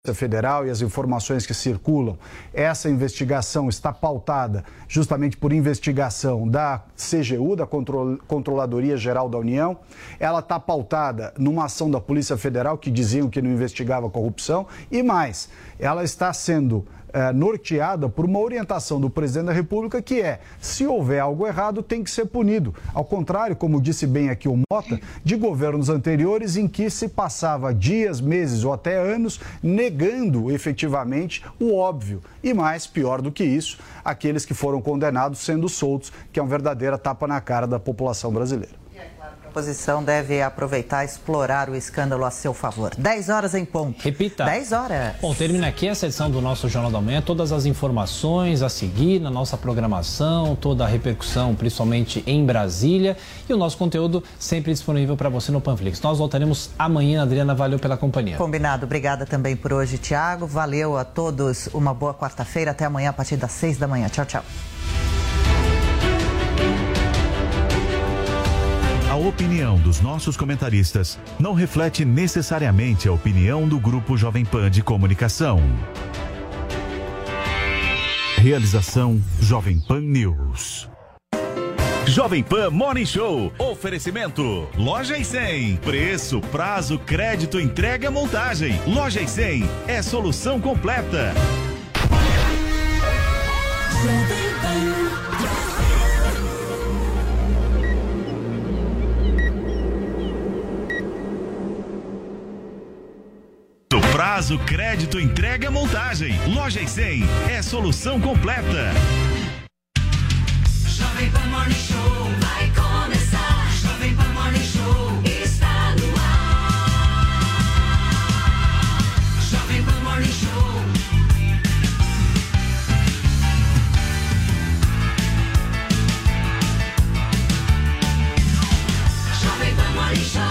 Federal e as informações que circulam, essa investigação está pautada justamente por investigação da CGU, da Controladoria Geral da União. Ela está pautada numa ação da Polícia Federal que diziam que não investigava corrupção e mais, ela está sendo norteada por uma orientação do presidente da República que é, se houver algo errado, tem que ser punido. Ao contrário, como disse bem aqui o Mota, de governos anteriores em que se passava dias, meses ou até anos negando efetivamente o óbvio. E mais, pior do que isso, aqueles que foram condenados sendo soltos, que é uma verdadeira tapa na cara da população brasileira. A oposição deve aproveitar e explorar o escândalo a seu favor. 10 horas em ponto. Repita. 10 horas. Bom, termina aqui essa edição do nosso Jornal da Manhã. Todas as informações a seguir na nossa programação, toda a repercussão, principalmente em Brasília. E o nosso conteúdo sempre disponível para você no Panflix. Nós voltaremos amanhã. Adriana, valeu pela companhia. Combinado. Obrigada também por hoje, Thiago. Valeu a todos. Uma boa quarta-feira. Até amanhã a partir das 6 da manhã. Tchau, tchau. A opinião dos nossos comentaristas não reflete necessariamente a opinião do Grupo Jovem Pan de Comunicação. Realização Jovem Pan News. Jovem Pan Morning Show. Oferecimento. Loja e 100. Preço, prazo, crédito, entrega, montagem. Loja e 100 é solução completa. Prazo, crédito, entrega, montagem. Loja e 100 é solução completa. Jovem Pan Morning Show vai começar. Jovem Pan Morning Show está no ar. Jovem Pan Morning Show. Jovem Pan Morning Show.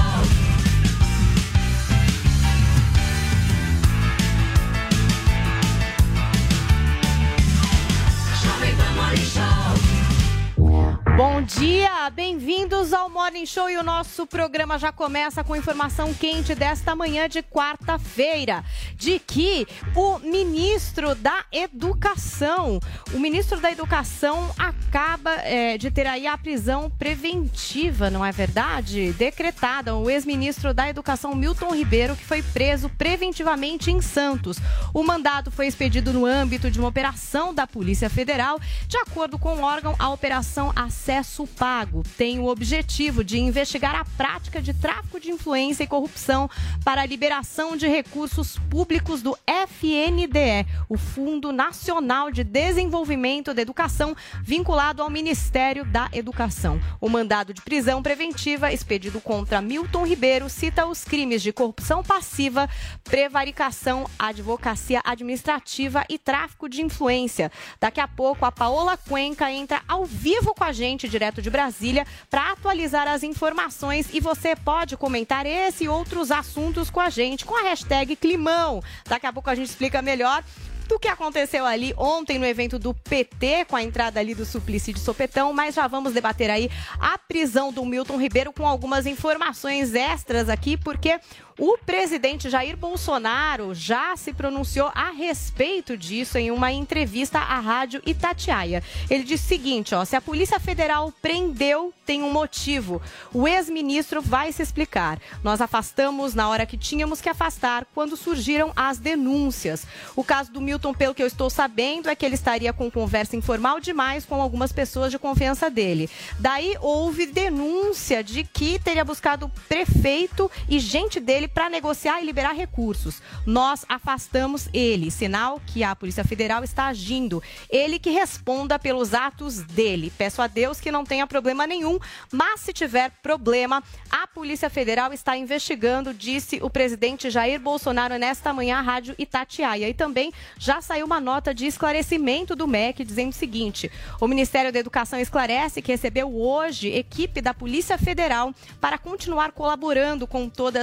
Bom dia, bem-vindos ao Morning Show e o nosso programa já começa com informação quente desta manhã de quarta-feira, de que o ministro da Educação acaba de ter aí a prisão preventiva, não é verdade? Decretada, o ex-ministro da Educação Milton Ribeiro, que foi preso preventivamente em Santos. O mandado foi expedido no âmbito de uma operação da Polícia Federal. De acordo com o órgão, a operação Acesso Pago tem o objetivo de investigar a prática de tráfico de influência e corrupção para a liberação de recursos públicos do FNDE, o Fundo Nacional de Desenvolvimento da Educação, vinculado ao Ministério da Educação. O mandado de prisão preventiva expedido contra Milton Ribeiro cita os crimes de corrupção passiva, prevaricação, advocacia administrativa e tráfico de influência. Daqui a pouco, a Paola Cuenca entra ao vivo com a gente, direto de Brasília, para atualizar as informações, e você pode comentar esse e outros assuntos com a gente, com a hashtag Climão. Daqui a pouco a gente explica melhor do que aconteceu ali ontem no evento do PT, com a entrada ali do Suplicy de sopetão, mas já vamos debater aí a prisão do Milton Ribeiro com algumas informações extras aqui, porque o presidente Jair Bolsonaro já se pronunciou a respeito disso em uma entrevista à Rádio Itatiaia. Ele disse o seguinte, se a Polícia Federal prendeu, tem um motivo. O ex-ministro vai se explicar. Nós afastamos na hora que tínhamos que afastar, quando surgiram as denúncias. O caso do Milton, pelo que eu estou sabendo, é que ele estaria com conversa informal demais com algumas pessoas de confiança dele. Daí houve denúncia de que teria buscado prefeito e gente dele para negociar e liberar recursos. Nós afastamos ele, sinal que a Polícia Federal está agindo. Ele que responda pelos atos dele. Peço a Deus que não tenha problema nenhum, mas se tiver problema, a Polícia Federal está investigando, disse o presidente Jair Bolsonaro nesta manhã à Rádio Itatiaia. E também já saiu uma nota de esclarecimento do MEC dizendo o seguinte: o Ministério da Educação esclarece que recebeu hoje equipe da Polícia Federal para continuar colaborando com todas as instâncias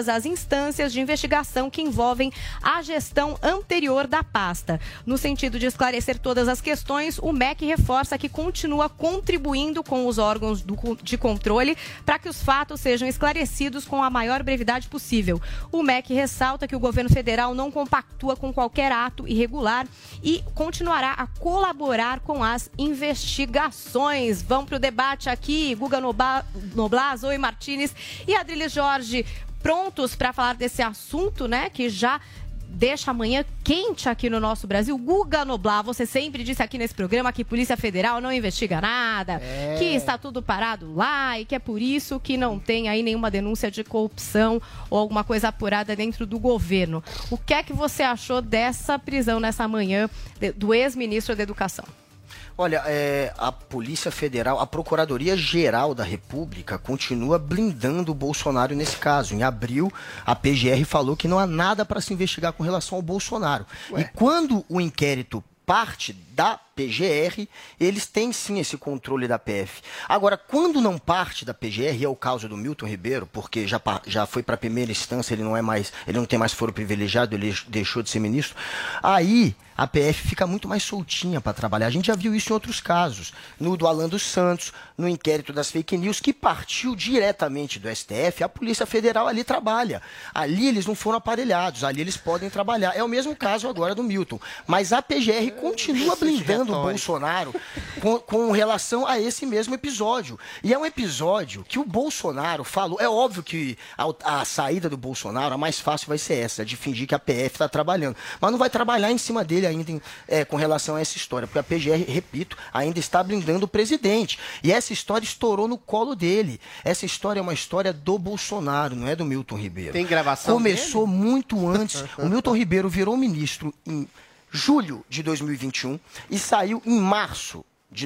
instâncias de investigação que envolvem a gestão anterior da pasta. No sentido de esclarecer todas as questões, o MEC reforça que continua contribuindo com os órgãos de controle para que os fatos sejam esclarecidos com a maior brevidade possível. O MEC ressalta que o governo federal não compactua com qualquer ato irregular e continuará a colaborar com as investigações. Vamos para o debate aqui. Guga Noblar, Zoe Martins e Adriles Jorge, prontos para falar desse assunto, né, que já deixa amanhã quente aqui no nosso Brasil. Guga Noblar, você sempre disse aqui nesse programa que Polícia Federal não investiga nada, que está tudo parado lá e que é por isso que não tem aí nenhuma denúncia de corrupção ou alguma coisa apurada dentro do governo. O que é que você achou dessa prisão nessa manhã do ex-ministro da Educação? Olha, a Polícia Federal, a Procuradoria-Geral da República continua blindando o Bolsonaro nesse caso. Em abril, a PGR falou que não há nada para se investigar com relação ao Bolsonaro. E quando o inquérito parte da PGR, eles têm sim esse controle da PF. Agora, quando não parte da PGR, e é o caso do Milton Ribeiro, porque já foi para a primeira instância, ele não tem mais foro privilegiado, ele deixou de ser ministro, aí a PF fica muito mais soltinha para trabalhar. A gente já viu isso em outros casos, no do Alan dos Santos, no inquérito das fake news, que partiu diretamente do STF, a Polícia Federal ali trabalha. Ali eles não foram aparelhados, ali eles podem trabalhar. É o mesmo caso agora do Milton. Mas a PGR continua blindando o Bolsonaro com relação a esse mesmo episódio. E é um episódio que o Bolsonaro falou. É óbvio que a saída do Bolsonaro, a mais fácil vai ser essa, de fingir que a PF está trabalhando. Mas não vai trabalhar em cima dele ainda com relação a essa história, porque a PGR, repito, ainda está blindando o presidente. E essa história estourou no colo dele. Essa história é uma história do Bolsonaro, não é do Milton Ribeiro. Tem gravação Começou dele? Muito antes. O Milton Ribeiro virou ministro em julho de 2021 e saiu em março de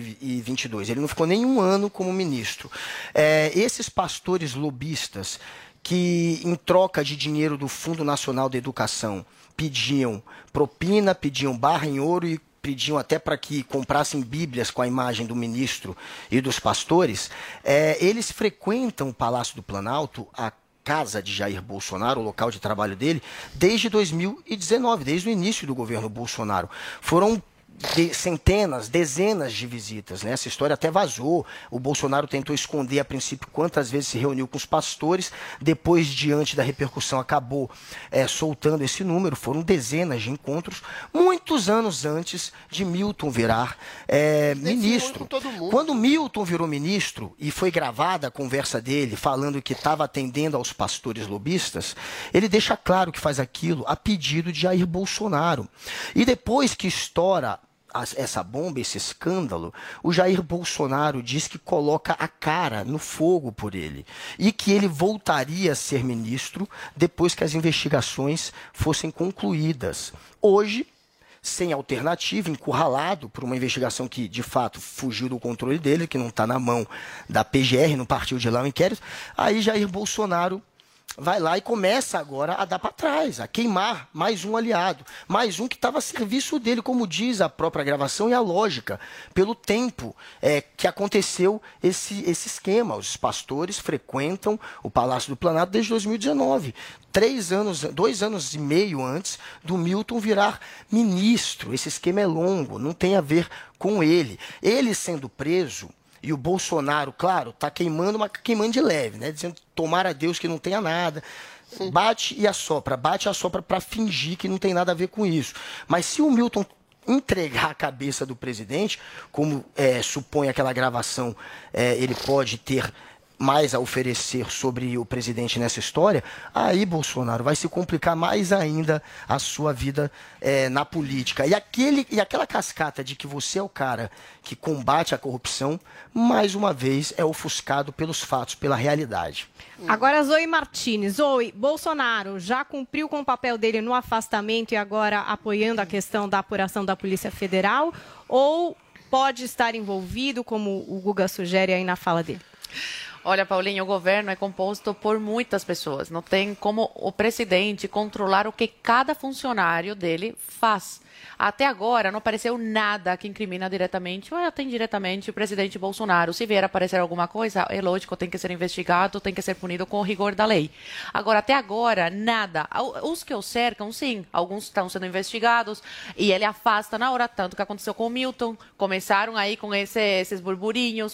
2022. Ele não ficou nem um ano como ministro. Esses pastores lobistas que, em troca de dinheiro do Fundo Nacional de Educação, pediam propina, pediam barra em ouro e pediam até para que comprassem bíblias com a imagem do ministro e dos pastores, eles frequentam o Palácio do Planalto, a casa de Jair Bolsonaro, o local de trabalho dele, desde 2019, desde o início do governo Bolsonaro. Foram centenas, dezenas de visitas, né? Essa história até vazou. O Bolsonaro tentou esconder a princípio quantas vezes se reuniu com os pastores, depois, diante da repercussão, acabou soltando esse número. Foram dezenas de encontros, muitos anos antes de Milton virar ministro. Quando Milton virou ministro e foi gravada a conversa dele falando que estava atendendo aos pastores lobistas, ele deixa claro que faz aquilo a pedido de Jair Bolsonaro. E depois que estoura essa bomba, esse escândalo, o Jair Bolsonaro diz que coloca a cara no fogo por ele e que ele voltaria a ser ministro depois que as investigações fossem concluídas. Hoje, sem alternativa, encurralado por uma investigação que, de fato, fugiu do controle dele, que não está na mão da PGR, não partiu de lá o inquérito, aí Jair Bolsonaro vai lá e começa agora a dar para trás, a queimar mais um aliado, mais um que estava a serviço dele, como diz a própria gravação e a lógica, pelo tempo que aconteceu esse esquema. Os pastores frequentam o Palácio do Planalto desde 2019, 2 anos e meio antes do Milton virar ministro. Esse esquema é longo, não tem a ver com ele. Ele sendo preso, e o Bolsonaro, claro, está queimando, mas queimando de leve, né? Dizendo, tomara a Deus que não tenha nada. Bate e assopra para fingir que não tem nada a ver com isso. Mas se o Milton entregar a cabeça do presidente, como supõe aquela gravação, ele pode ter mais a oferecer sobre o presidente nessa história, aí, Bolsonaro, vai se complicar mais ainda a sua vida na política. E aquela cascata de que você é o cara que combate a corrupção, mais uma vez é ofuscado pelos fatos, pela realidade. Agora, Zoe Martins. Zoe, Bolsonaro já cumpriu com o papel dele no afastamento e agora apoiando a questão da apuração da Polícia Federal, ou pode estar envolvido, como o Guga sugere aí na fala dele? Olha, Paulinho, o governo é composto por muitas pessoas. Não tem como o presidente controlar o que cada funcionário dele faz. Até agora não apareceu nada que incrimina diretamente ou até indiretamente o presidente Bolsonaro. Se vier aparecer alguma coisa, é lógico, tem que ser investigado, tem que ser punido com o rigor da lei. Agora, até agora, nada. Os que o cercam, sim, alguns estão sendo investigados e ele afasta na hora, tanto que aconteceu com o Milton. Começaram aí com esses burburinhos,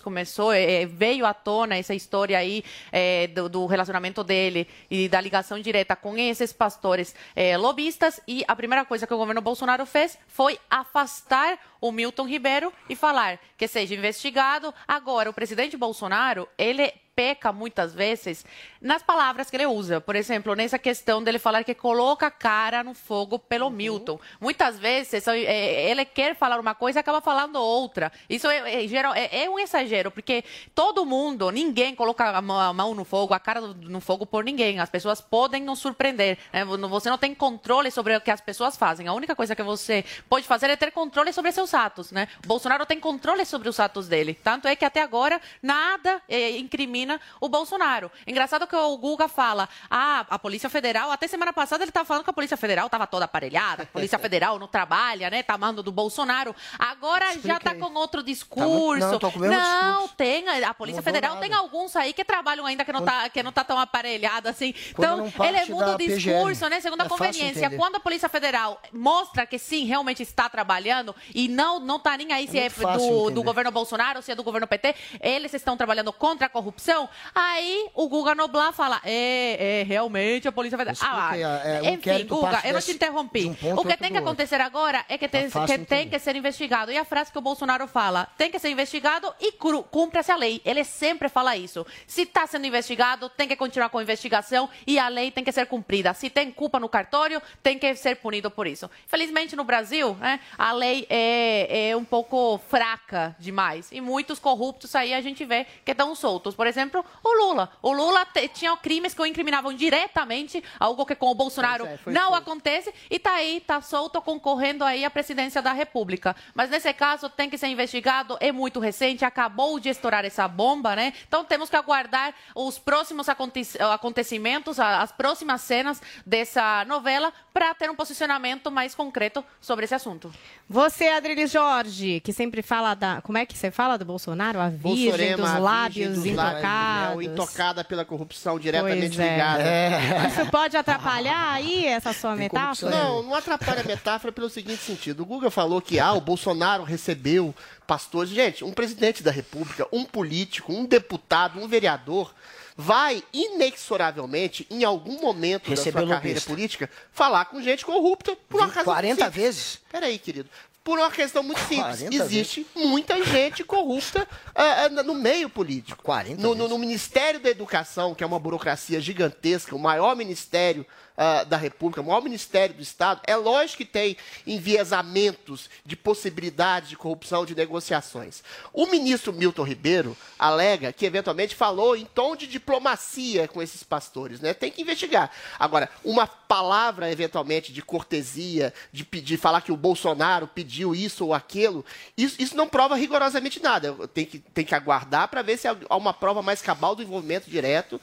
veio à tona essa história aí do relacionamento dele e da ligação direta com esses pastores lobistas, e a primeira coisa que o governo Bolsonaro fez foi afastar o Milton Ribeiro e falar que seja investigado. Agora, o presidente Bolsonaro, ele peca muitas vezes nas palavras que ele usa. Por exemplo, nessa questão dele falar que coloca a cara no fogo pelo Milton. Muitas vezes ele quer falar uma coisa e acaba falando outra. Isso é um exagero, porque todo mundo, ninguém coloca a mão no fogo, a cara no fogo por ninguém. As pessoas podem nos surpreender, né? Você não tem controle sobre o que as pessoas fazem. A única coisa que você pode fazer é ter controle sobre seus atos, né? O Bolsonaro tem controle sobre os atos dele. Tanto é que até agora nada incrimina o Bolsonaro. Engraçado que o Guga fala, a Polícia Federal, até semana passada ele estava falando que a Polícia Federal estava toda aparelhada, a Polícia Federal não trabalha, né? Tá mando do Bolsonaro. Agora já está com outro discurso. Não, tem. A Polícia Federal tem alguns aí que trabalham ainda que não tá tão aparelhado assim. Então, ele muda o discurso, né? Segundo a conveniência. Quando a Polícia Federal mostra que sim, realmente está trabalhando e não tá nem aí se é do governo Bolsonaro ou se é do governo PT, eles estão trabalhando contra a corrupção. Aí o Guga Noblar fala, realmente a Polícia Federal. Enfim, Guga, eu não te interrompi. O que tem que acontecer agora é que tem que ser investigado. E a frase que o Bolsonaro fala, tem que ser investigado e cumpra-se a lei. Ele sempre fala isso. Se está sendo investigado, tem que continuar com a investigação e a lei tem que ser cumprida. Se tem culpa no cartório, tem que ser punido por isso. Infelizmente, no Brasil, né, a lei é um pouco fraca demais. E muitos corruptos aí a gente vê que estão soltos. Por exemplo, o Lula. O Lula tinha crimes que o incriminavam diretamente, algo que com o Bolsonaro não acontece, e tá solto concorrendo aí à presidência da República. Mas nesse caso tem que ser investigado, é muito recente, acabou de estourar essa bomba, né? Então temos que aguardar os próximos acontecimentos, as próximas cenas dessa novela para ter um posicionamento mais concreto sobre esse assunto. Você, Adriles Jorge, que sempre fala como é que você fala do Bolsonaro? A virgem dos lábios intocados. Intocada pela corrupção, diretamente ligada. Isso pode atrapalhar aí essa sua metáfora? Não atrapalha a metáfora pelo seguinte sentido. O Guga falou que o Bolsonaro recebeu pastores. Gente, um presidente da República, um político, um deputado, um vereador vai inexoravelmente, em algum momento da sua carreira política, falar com gente corrupta por uma razão 40 vezes? Peraí, querido. Por uma questão muito simples. Existe muita gente corrupta no meio político. No Ministério da Educação, que é uma burocracia gigantesca, o maior ministério da República, o maior ministério do Estado, é lógico que tem enviesamentos de possibilidades de corrupção, de negociações. O ministro Milton Ribeiro alega que, eventualmente, falou em tom de diplomacia com esses pastores, né? Tem que investigar. Agora, uma palavra, eventualmente, de cortesia, de falar que o Bolsonaro pediu isso ou aquilo, isso não prova rigorosamente nada. Tem que aguardar para ver se há uma prova mais cabal do envolvimento direto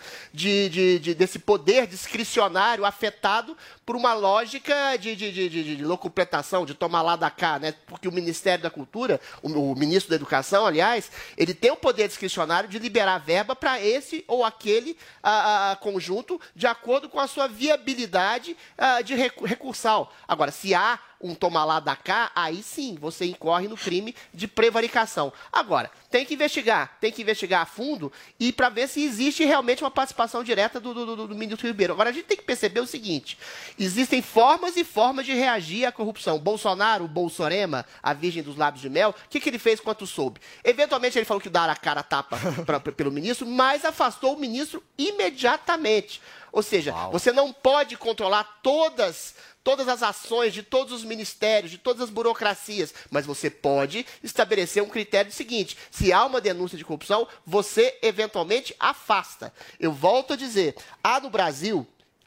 desse poder discricionário afetado por uma lógica de locupletação, de tomar lá da cá, né? Porque o Ministério da Cultura, o ministro da Educação, aliás, ele tem o poder discricionário de liberar verba para esse ou aquele conjunto de acordo com a sua viabilidade de recursal. Agora, se há um toma lá da cá, aí sim você incorre no crime de prevaricação. Agora, tem que investigar a fundo e para ver se existe realmente uma participação direta do ministro Ribeiro. Agora, a gente tem que perceber o seguinte, existem formas e formas de reagir à corrupção. Bolsonaro, o Bolsorema, a virgem dos lábios de mel, o que ele fez quanto soube? Eventualmente ele falou que dar a cara a tapa pelo ministro, mas afastou o ministro imediatamente. Ou seja, você não pode controlar todas as ações de todos os ministérios, de todas as burocracias, mas você pode estabelecer um critério seguinte: se há uma denúncia de corrupção, você eventualmente afasta. Eu volto a dizer, há no Brasil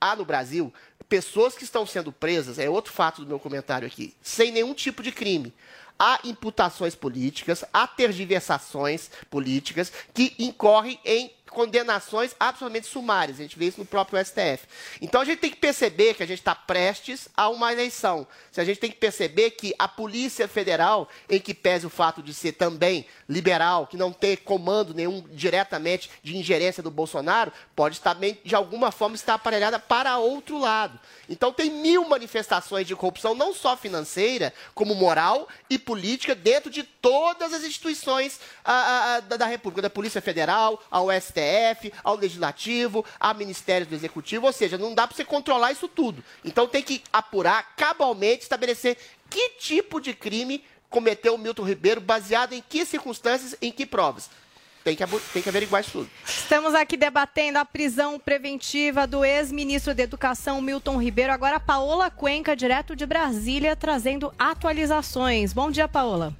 pessoas que estão sendo presas, é outro fato do meu comentário aqui, sem nenhum tipo de crime. Há imputações políticas, há tergiversações políticas que incorrem em condenações absolutamente sumárias. A gente vê isso no próprio STF. Então a gente tem que perceber que a gente está prestes a uma eleição. A gente tem que perceber que a Polícia Federal, em que pese o fato de ser também liberal, que não ter comando nenhum diretamente de ingerência do Bolsonaro, pode estar, de alguma forma, estar aparelhada para outro lado. Então tem 1000 manifestações de corrupção, não só financeira, como moral e política, dentro de todas as instituições da República, da Polícia Federal, ao STF, ao Legislativo, ao Ministério do Executivo, ou seja, não dá para você controlar isso tudo. Então tem que apurar cabalmente, estabelecer que tipo de crime cometeu o Milton Ribeiro, baseado em que circunstâncias, em que provas. Tem que averiguar isso tudo. Estamos aqui debatendo a prisão preventiva do ex-ministro da Educação, Milton Ribeiro. Agora, Paola Cuenca, direto de Brasília, trazendo atualizações. Bom dia, Paola.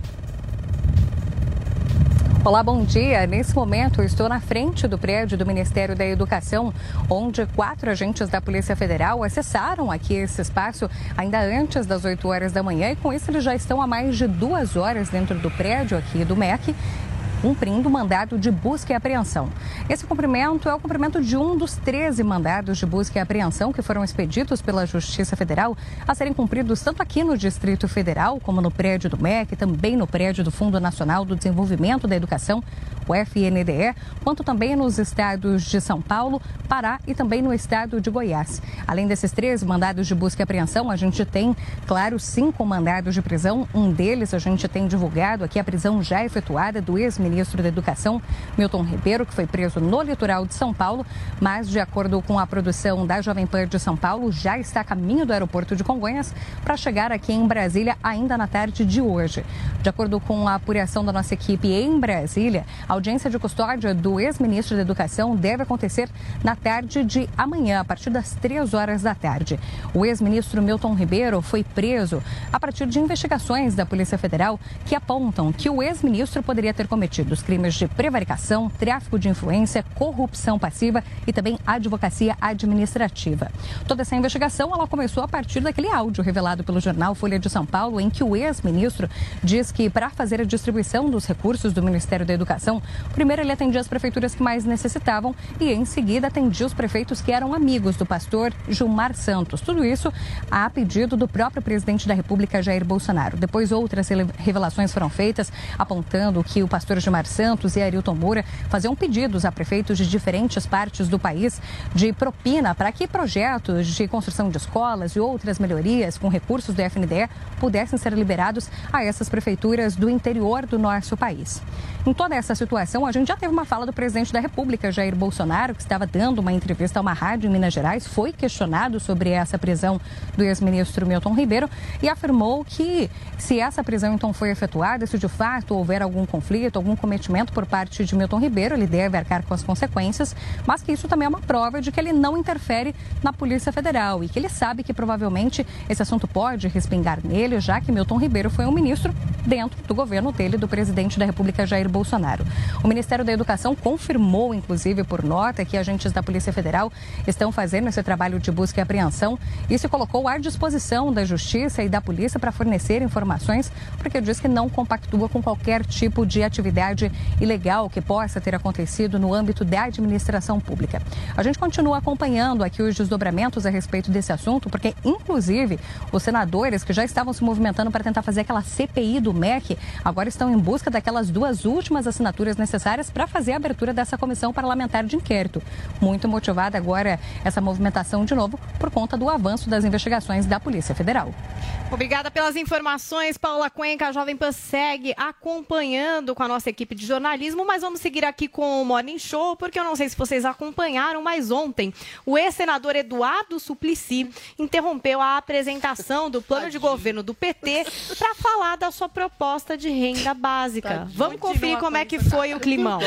Olá, bom dia. Nesse momento, eu estou na frente do prédio do Ministério da Educação, onde 4 agentes da Polícia Federal acessaram aqui esse espaço ainda antes das 8 horas da manhã. E com isso, eles já estão há mais de 2 horas dentro do prédio aqui do MEC, cumprindo o mandado de busca e apreensão. Esse cumprimento é o cumprimento de um dos 13 mandados de busca e apreensão que foram expedidos pela Justiça Federal a serem cumpridos tanto aqui no Distrito Federal, como no prédio do MEC, também no prédio do Fundo Nacional do Desenvolvimento da Educação, o FNDE, quanto também nos estados de São Paulo, Pará e também no estado de Goiás. Além desses 13 mandados de busca e apreensão, a gente tem, claro, 5 mandados de prisão. Um deles a gente tem divulgado aqui, a prisão já efetuada do ex-ministro da Educação, Milton Ribeiro, que foi preso no litoral de São Paulo, mas, de acordo com a produção da Jovem Pan de São Paulo, já está a caminho do aeroporto de Congonhas para chegar aqui em Brasília ainda na tarde de hoje. De acordo com a apuração da nossa equipe em Brasília, a audiência de custódia do ex-ministro da Educação deve acontecer na tarde de amanhã, a partir das 3 horas da tarde. O ex-ministro Milton Ribeiro foi preso a partir de investigações da Polícia Federal que apontam que o ex-ministro poderia ter cometido os crimes de prevaricação, tráfico de influência, corrupção passiva e também advocacia administrativa. Toda essa investigação ela começou a partir daquele áudio revelado pelo jornal Folha de São Paulo, em que o ex-ministro diz que, para fazer a distribuição dos recursos do Ministério da Educação, primeiro ele atendia as prefeituras que mais necessitavam e, em seguida, atendia os prefeitos que eram amigos do pastor Gilmar Santos. Tudo isso a pedido do próprio presidente da República, Jair Bolsonaro. Depois, outras revelações foram feitas, apontando que o pastor Gilmar Santos e Arilton Moura faziam pedidos a prefeitos de diferentes partes do país de propina para que projetos de construção de escolas e outras melhorias com recursos do FNDE pudessem ser liberados a essas prefeituras do interior do nosso país. Em toda essa situação, a gente já teve uma fala do presidente da República, Jair Bolsonaro, que estava dando uma entrevista a uma rádio em Minas Gerais, foi questionado sobre essa prisão do ex-ministro Milton Ribeiro e afirmou que, se essa prisão então foi efetuada, se de fato houver algum conflito, algum cometimento por parte de Milton Ribeiro, ele deve arcar com as consequências, mas que isso também é uma prova de que ele não interfere na Polícia Federal e que ele sabe que provavelmente esse assunto pode respingar nele, já que Milton Ribeiro foi um ministro dentro do governo dele, do presidente da República, Jair Bolsonaro. O Ministério da Educação confirmou, inclusive por nota, que agentes da Polícia Federal estão fazendo esse trabalho de busca e apreensão e se colocou à disposição da Justiça e da Polícia para fornecer informações, porque diz que não compactua com qualquer tipo de atividade ilegal que possa ter acontecido no âmbito da administração pública. A gente continua acompanhando aqui os desdobramentos a respeito desse assunto, porque, inclusive, os senadores que já estavam se movimentando para tentar fazer aquela CPI do MEC agora estão em busca daquelas 2 últimas assinaturas necessárias para fazer a abertura dessa comissão parlamentar de inquérito. Muito motivada agora essa movimentação de novo por conta do avanço das investigações da Polícia Federal. Obrigada pelas informações, Paola Cuenca. A Jovem Pan segue acompanhando com a nossa equipe de jornalismo, mas vamos seguir aqui com o Morning Show, porque eu não sei se vocês acompanharam, mas ontem o ex-senador Eduardo Suplicy interrompeu a apresentação do plano de governo do PT para falar da sua proposta de renda básica. Vamos conferir como é que foi o climão.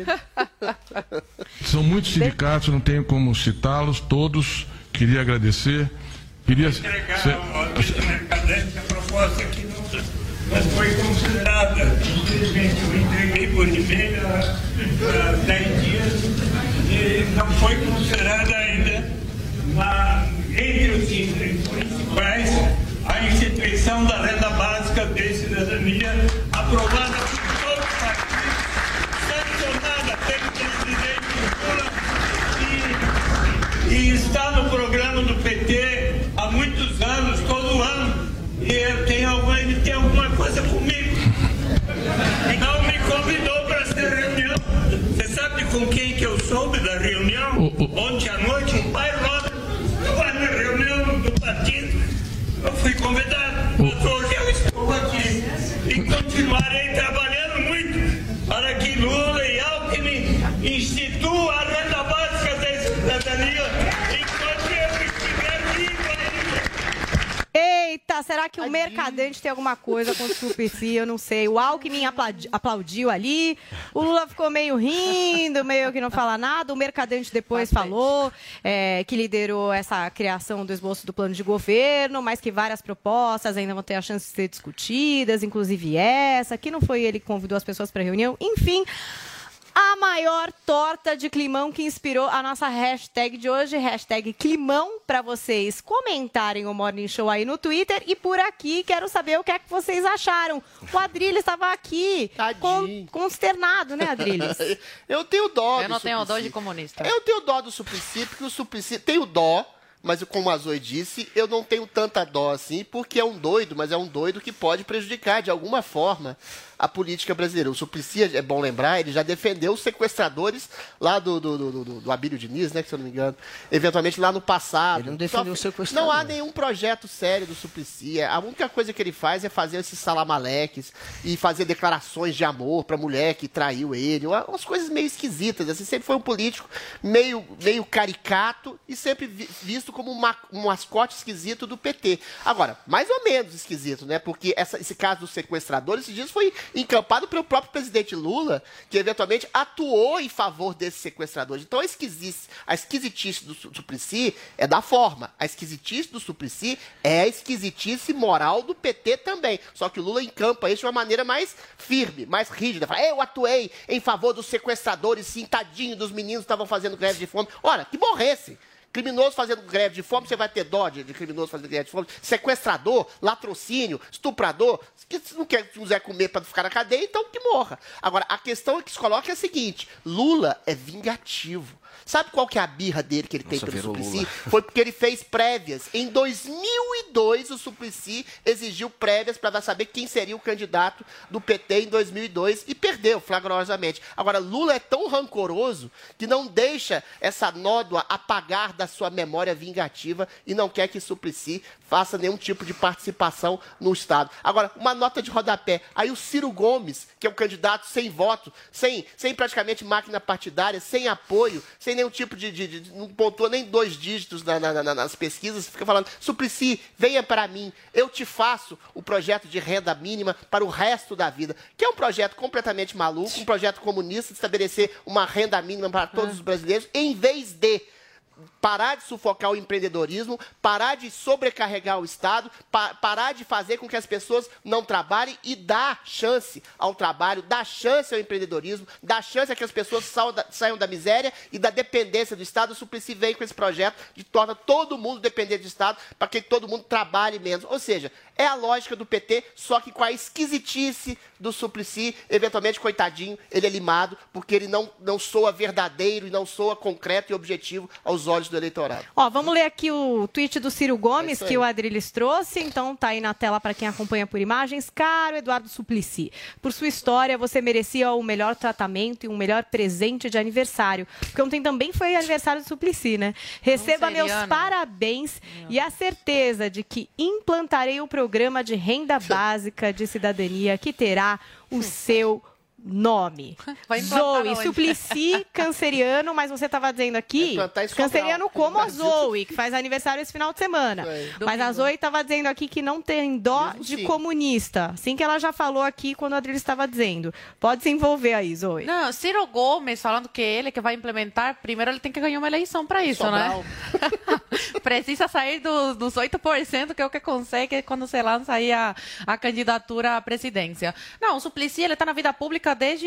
São muitos sindicatos, não tenho como citá-los todos. Queria agradecer. Queria a proposta que não foi considerada. Infelizmente, eu entreguei por e-mail há 10 dias e não foi considerada ainda entre os itens principais a instituição da renda básica de cidadania aprovada por todos os partidos, sancionada pelo presidente será que o Mercadante tem alguma coisa contra o Suplicy? Eu não sei. O Alckmin aplaudiu ali, o Lula ficou meio rindo, meio que não fala nada. O Mercadante depois falou que liderou essa criação do esboço do plano de governo, mas que várias propostas ainda vão ter a chance de ser discutidas, inclusive essa, que não foi ele que convidou as pessoas para a reunião. Enfim, a maior torta de climão que inspirou a nossa hashtag de hoje, hashtag climão, para vocês comentarem o Morning Show aí no Twitter. E por aqui, quero saber o que é que vocês acharam. O Adrilles estava aqui, consternado, né, Adrilles? Eu tenho dó Eu não tenho dó de comunista. Eu tenho dó do Suplicy, porque o Suplicy... Tenho dó, mas como a Zoe disse, eu não tenho tanta dó assim, porque é um doido, mas é um doido que pode prejudicar de alguma forma a política brasileira. O Suplicy, é bom lembrar, ele já defendeu os sequestradores lá do Abílio Diniz, né, que se eu não me engano, eventualmente lá no passado. Ele não defendeu o sequestrador. Não há nenhum projeto sério do Suplicy. A única coisa que ele faz é fazer esses salamaleques e fazer declarações de amor pra mulher que traiu ele. Umas coisas meio esquisitas. Assim, sempre foi um político meio caricato e sempre visto como um mascote esquisito do PT. Agora, mais ou menos esquisito, né? Porque esse caso dos sequestradores, esses dias foi encampado pelo próprio presidente Lula, que eventualmente atuou em favor desses sequestradores. Então a esquisitice do Suplicy é da forma. A esquisitice do Suplicy é a esquisitice moral do PT também. Só que o Lula encampa isso de uma maneira mais firme, mais rígida. Fala, eu atuei em favor dos sequestradores, sim, tadinho dos meninos que estavam fazendo greve de fome. Ora, que morresse. Criminoso fazendo greve de fome, você vai ter dó de criminoso fazendo greve de fome. Sequestrador, latrocínio, estuprador, que se não quiser comer para ficar na cadeia, então que morra. Agora, a questão que se coloca é a seguinte, Lula é vingativo. Sabe qual que é a birra dele que ele tem pelo Suplicy? Foi porque ele fez prévias. Em 2002, o Suplicy exigiu prévias para saber quem seria o candidato do PT em 2002 e perdeu flagrosamente. Agora, Lula é tão rancoroso que não deixa essa nódoa apagar da sua memória vingativa e não quer que Suplicy faça nenhum tipo de participação no Estado. Agora, uma nota de rodapé. Aí o Ciro Gomes, que é um candidato sem voto, sem praticamente máquina partidária, sem apoio, sem nenhum tipo não pontua nem 2 dígitos nas pesquisas, fica falando, Suplicy, venha para mim, eu te faço o projeto de renda mínima para o resto da vida, que é um projeto completamente maluco, um projeto comunista de estabelecer uma renda mínima para todos os brasileiros, em vez de parar de sufocar o empreendedorismo, parar de sobrecarregar o Estado, parar de fazer com que as pessoas não trabalhem e dar chance ao trabalho, dar chance ao empreendedorismo, dar chance a que as pessoas saiam da miséria e da dependência do Estado. O Suplicy vem com esse projeto de torna todo mundo dependente do Estado para que todo mundo trabalhe menos. Ou seja, é a lógica do PT, só que com a esquisitice do Suplicy, eventualmente, coitadinho, ele é limado, porque ele não soa verdadeiro e não soa concreto e objetivo aos olhos do eleitorado. Ó, vamos ler aqui o tweet do Ciro Gomes, que o Adrilles trouxe, então tá aí na tela para quem acompanha por imagens. Caro Eduardo Suplicy, por sua história, você merecia o melhor tratamento e um melhor presente de aniversário, porque ontem também foi aniversário do Suplicy, né? Receba meus parabéns e a certeza de que implantarei o programa de renda básica de cidadania que terá o seu nome. Zoe, Suplicy, canceriano, mas você estava dizendo aqui, canceriano como a Zoe, que faz aniversário esse final de semana. Mas a Zoe estava dizendo aqui que não tem dó de comunista. Assim que ela já falou aqui quando o Adrilles estava dizendo. Pode se envolver aí, Zoe. Não, Ciro Gomes falando que ele que vai implementar, primeiro ele tem que ganhar uma eleição para isso, né? Precisa sair dos 8%, que é o que consegue quando se lança aí a candidatura à presidência. Não, o Suplicy, ele está na vida pública desde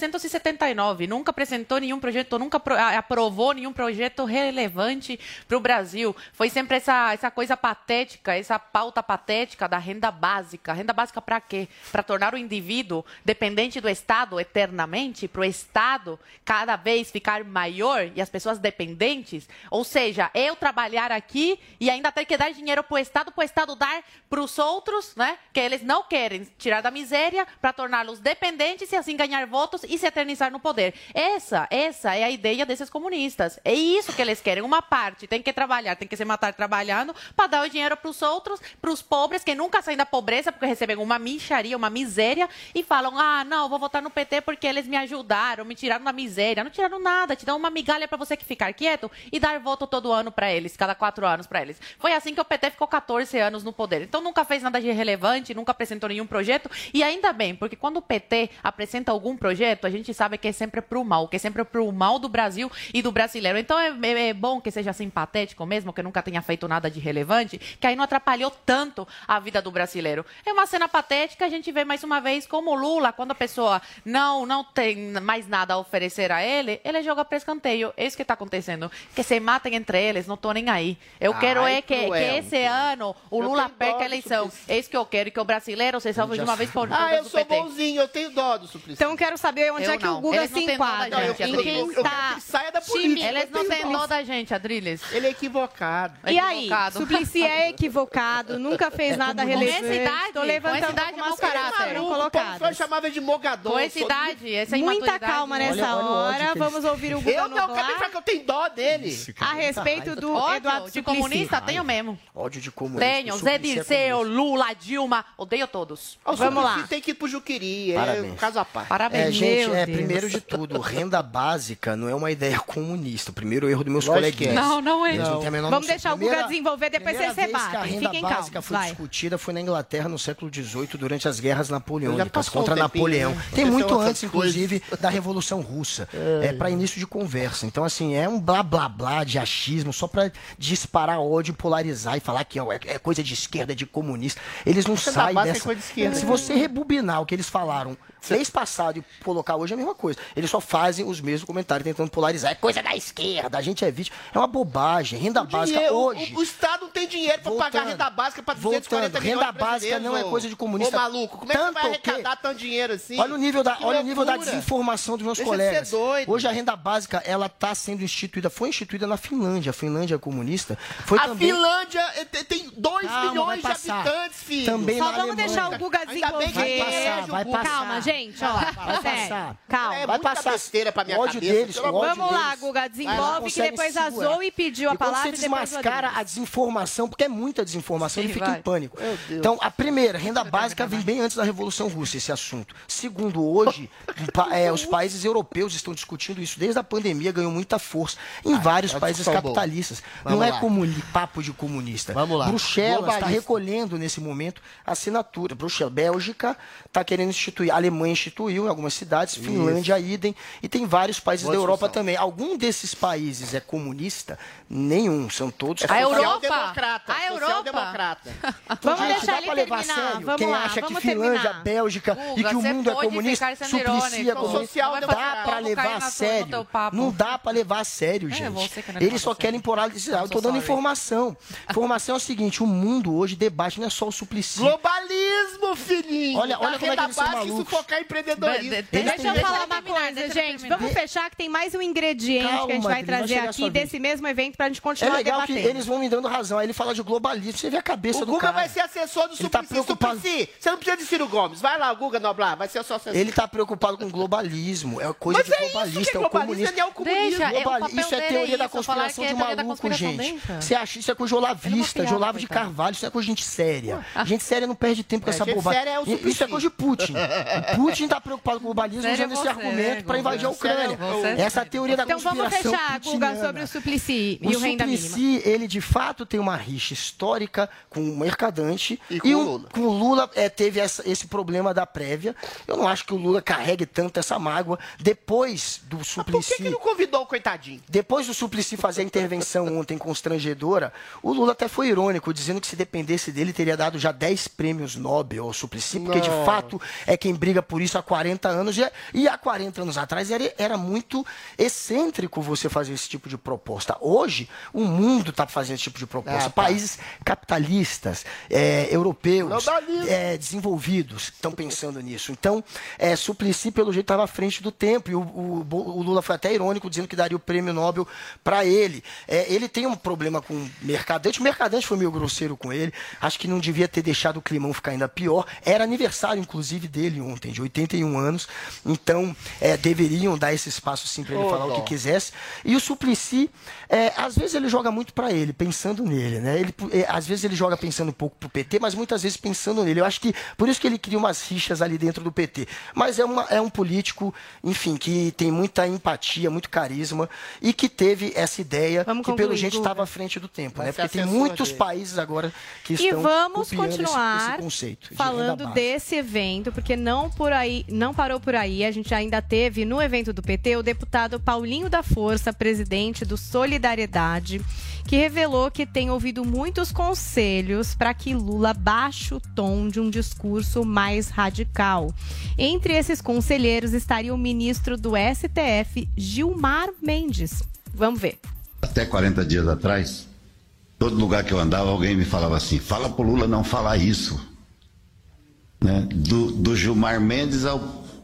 1979, nunca apresentou nenhum projeto, nunca aprovou nenhum projeto relevante para o Brasil. Foi sempre essa coisa patética, essa pauta patética da renda básica. Renda básica para quê? Para tornar o indivíduo dependente do Estado eternamente, para o Estado cada vez ficar maior e as pessoas dependentes? Ou seja, eu trabalhar aqui e ainda ter que dar dinheiro para o Estado dar para os outros, né? Que eles não querem tirar da miséria para torná-los dependentes e assim ganhar votos e se eternizar no poder. Essa é a ideia desses comunistas. É isso que eles querem. Uma parte tem que trabalhar, tem que se matar trabalhando para dar o dinheiro para os outros, para os pobres que nunca saem da pobreza porque recebem uma mixaria, uma miséria e falam, não, vou votar no PT porque eles me ajudaram, me tiraram da miséria. Não tiraram nada, te dão uma migalha para você que ficar quieto e dar voto todo ano para eles, cada 4 anos para eles. Foi assim que o PT ficou 14 anos no poder. Então nunca fez nada de relevante, nunca apresentou nenhum projeto, e ainda bem, porque quando o PT apresenta algum projeto, a gente sabe que é sempre pro mal, que é sempre pro mal do Brasil e do brasileiro. Então é bom que seja assim patético mesmo, que nunca tenha feito nada de relevante, que aí não atrapalhou tanto a vida do brasileiro. É uma cena patética, a gente vê mais uma vez como o Lula, quando a pessoa não tem mais nada a oferecer a ele joga para escanteio. É isso que está acontecendo. Que se matem entre eles, não estou nem aí. Eu quero que esse ano o Lula perca a eleição. É isso que eu quero, que o brasileiro se salve de uma vez por todas. Eu sou bonzinho, eu tenho dó do Suplicy. Então quero saber onde é que o Guga se enquadra. Quem está... saia da política. Eles não têm dó da gente, Adriles. Ele é equivocado. E aí, Suplicy é equivocado, nunca fez nada relevante. Estou levantando algumas caráter. O povo chamava de mogador. Com essa idade, essa muita calma nessa hora. Vamos ouvir o Guga Eu não, acabei de falar que eu tenho dó dele. A respeito do Eduardo de comunista, tenho mesmo. Ódio de comunista. Tenho. Zé Dirceu, Lula, Dilma, odeio todos. Vamos lá. Tem que ir pro Juqueri, caso a parte. Parabéns. Gente, primeiro de tudo, renda básica não é uma ideia comunista. O primeiro erro dos meus coleguinhas. Não é. Vamos deixar o Guga desenvolver, depois vocês rebatem. A renda básica foi discutida foi na Inglaterra no século XVIII, durante as guerras napoleônicas, contra Napoleão. Tem muito antes, inclusive, da Revolução Russa. Para início de conversa. Então, assim, é um blá blá blá de achismo só para disparar ódio, polarizar e falar que é coisa de esquerda, de comunista. Eles não saem dessa. Se você rebobinar o que eles falaram mês passado e colocar hoje é a mesma coisa. Eles só fazem os mesmos comentários tentando polarizar. É coisa da esquerda, a gente é vítima. É uma bobagem. Renda básica hoje. O Estado não tem dinheiro para pagar renda básica para 240 milhões renda básica não é coisa de comunista. Ô, maluco, como é que você vai arrecadar tanto dinheiro assim? Olha o nível da desinformação dos meus colegas. Hoje a renda básica, ela está sendo instituída, foi instituída na Finlândia. A Finlândia é comunista. Finlândia tem 2 milhões de habitantes, filho. Também só vamos deixar o Guga desenvolver. Vai passar. Calma, gente, ó. Vai passar. Calma. Vai passar besteira pra minha ódio cabeça. Deles, vamos lá, Guga, desenvolve que depois a Zoe pediu a palavra e depois desmascara a desinformação, porque é muita desinformação, ele fica em pânico. Então, a primeira, renda básica vem bem antes da Revolução Russa, esse assunto. Segundo, hoje, os países europeus estão discutindo isso. Desde a pandemia ganhou muita força em vários países capitalistas. Não é papo de comunista. Vamos lá. Bruxelas está recolhendo nesse momento a assinatura. Bélgica está querendo instituir. A Alemanha instituiu em algumas cidades, Finlândia, idem, e tem vários países da Europa também. Algum desses países é comunista? Nenhum, são todos a Europa. A Europa. Vamos deixar ele terminar. Vamos quem lá, acha vamos que Finlândia, terminar. Bélgica e que o mundo é comunista, Suplicy é comunista, não dá para levar a sério. Não dá para levar a sério, gente. Eles só querem polarizar. Eu estou dando informação. Informação é o seguinte, o mundo hoje debate não é só o Suplicy. Globalismo, filhinho. Olha como é que eles são malucos. Sufocar empreendedorismo. Deixa eu falar uma coisa, gente. Vamos fechar que tem mais um ingrediente que a gente vai trazer aqui desse mesmo evento pra gente continuar debatendo. É legal que eles vão me dando razão. Aí ele fala de globalismo. Você vê a cabeça do cara. O Guga vai ser assessor do Suplicy. Suplicy, você não precisa de Ciro Gomes. Vai lá, Guga Noblar, vai ser o seu assessor. Ele tá preocupado com globalismo. É coisa de globalista, é o comunista. Isso é teoria da conspiração de maluco, gente. Você acha isso é coisa de olavista, de Olavo de Carvalho. Isso é coisa de gente séria. Gente séria não perde tempo com essa bobagem. Isso é coisa de Putin. O Putin tá preocupado com o globalismo usando esse argumento para invadir a Ucrânia. Essa é a teoria da conspiração. Então vamos fechar, Guga, sobre o Suplicy e o renda mínima. O Suplicy, ele de fato tem uma rixa histórica com o Mercadante e com o Lula teve esse problema da prévia. Eu não acho que o Lula carregue tanto essa mágoa. Depois do Suplicy... Por que não convidou o coitadinho? Depois do Suplicy fazer a intervenção ontem constrangedora, o Lula até foi irônico, dizendo que se dependesse dele, teria dado já 10 prêmios Nobel ao Suplicy, porque de fato é quem briga por isso há 40 anos. E há 40 anos atrás era muito excêntrico você fazer esse tipo de proposta. Hoje, o mundo está fazendo esse tipo de proposta. Países capitalistas, europeus, desenvolvidos, estão pensando nisso. Então, Suplicy, pelo jeito, estava à frente do tempo. E o Lula foi até irônico, dizendo que daria o prêmio Nobel para ele. Ele tem um problema com o Mercadante. O Mercadante foi meio grosseiro com ele. Acho que não devia ter deixado o climão ficar ainda pior. Era aniversário, inclusive, dele ontem, de 81 anos. Então, deveriam dar esse espaço, sim, para ele falar o que quisesse. E o Suplicy, às vezes ele joga muito para ele, pensando nele, né? Às vezes ele joga pensando um pouco pro PT, mas muitas vezes pensando nele. Eu acho que, por isso que ele cria umas rixas ali dentro do PT. Mas é um político, enfim, que tem muita empatia, muito carisma, e que teve essa ideia que, pelo jeito, estava à frente do tempo, né? Porque tem muitos países agora que estão vamos copiando continuar esse conceito de falando renda básica. desse evento, porque não parou por aí. A gente ainda teve no evento do PT o deputado Paulinho da Força, presidente do Solidariedade, que revelou que tem ouvido muitos conselhos para que Lula baixe o tom de um discurso mais radical. Entre esses conselheiros estaria o ministro do STF, Gilmar Mendes. Vamos ver. Até 40 dias atrás, todo lugar que eu andava, alguém me falava assim, fala pro Lula não falar isso. Né? Do Gilmar Mendes ao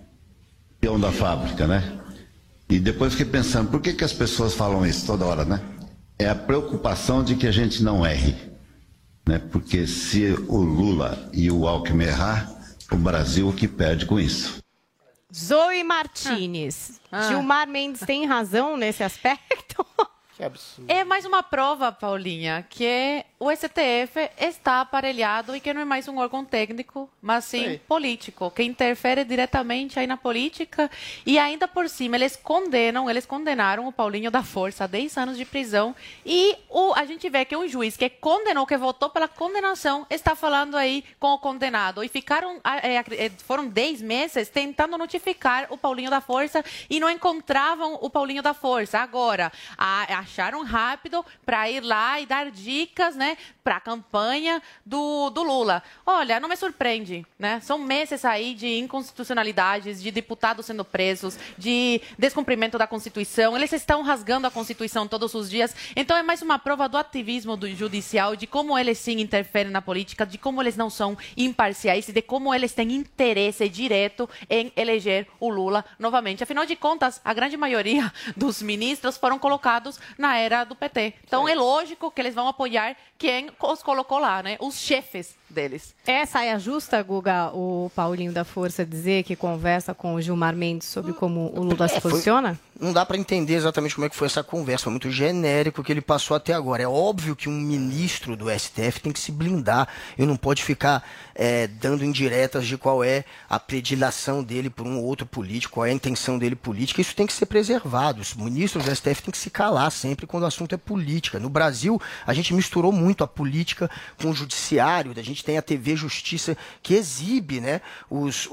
peão da fábrica, né? E depois fiquei pensando, por que as pessoas falam isso toda hora, né? É a preocupação de que a gente não erre, né? Porque se o Lula e o Alckmin errar, o Brasil o que perde com isso. Zoe Martínez. Gilmar Mendes tem razão nesse aspecto? Que absurdo. É mais uma prova, Paulinha, que o STF está aparelhado e que não é mais um órgão técnico, mas sim político, que interfere diretamente aí na política. E ainda por cima, eles condenaram o Paulinho da Força a 10 anos de prisão. E a gente vê que um juiz que condenou, que votou pela condenação, está falando aí com o condenado. E foram 10 meses tentando notificar o Paulinho da Força e não encontravam o Paulinho da Força. Agora, acharam rápido para ir lá e dar dicas, né, para a campanha do Lula. Olha, não me surpreende, né? São meses aí de inconstitucionalidades, de deputados sendo presos, de descumprimento da Constituição. Eles estão rasgando a Constituição todos os dias. Então é mais uma prova do ativismo do judicial, de como eles sim interferem na política, de como eles não são imparciais e de como eles têm interesse direto em eleger o Lula novamente. Afinal de contas, a grande maioria dos ministros foram colocados na era do PT. Então é lógico que eles vão apoiar quem os colocou lá, né? Os chefes deles. É saia justa, Guga, o Paulinho da Força dizer que conversa com o Gilmar Mendes sobre como o Lula se posiciona? Não dá para entender exatamente como é que foi essa conversa, foi muito genérico que ele passou até agora. É óbvio que um ministro do STF tem que se blindar e não pode ficar dando indiretas de qual é a predileção dele por um ou outro político, qual é a intenção dele política. Isso tem que ser preservado. Os ministros do STF têm que se calar sempre quando o assunto é política. No Brasil, a gente misturou muito a política com o judiciário. A gente tem a TV Justiça que exibe, né, os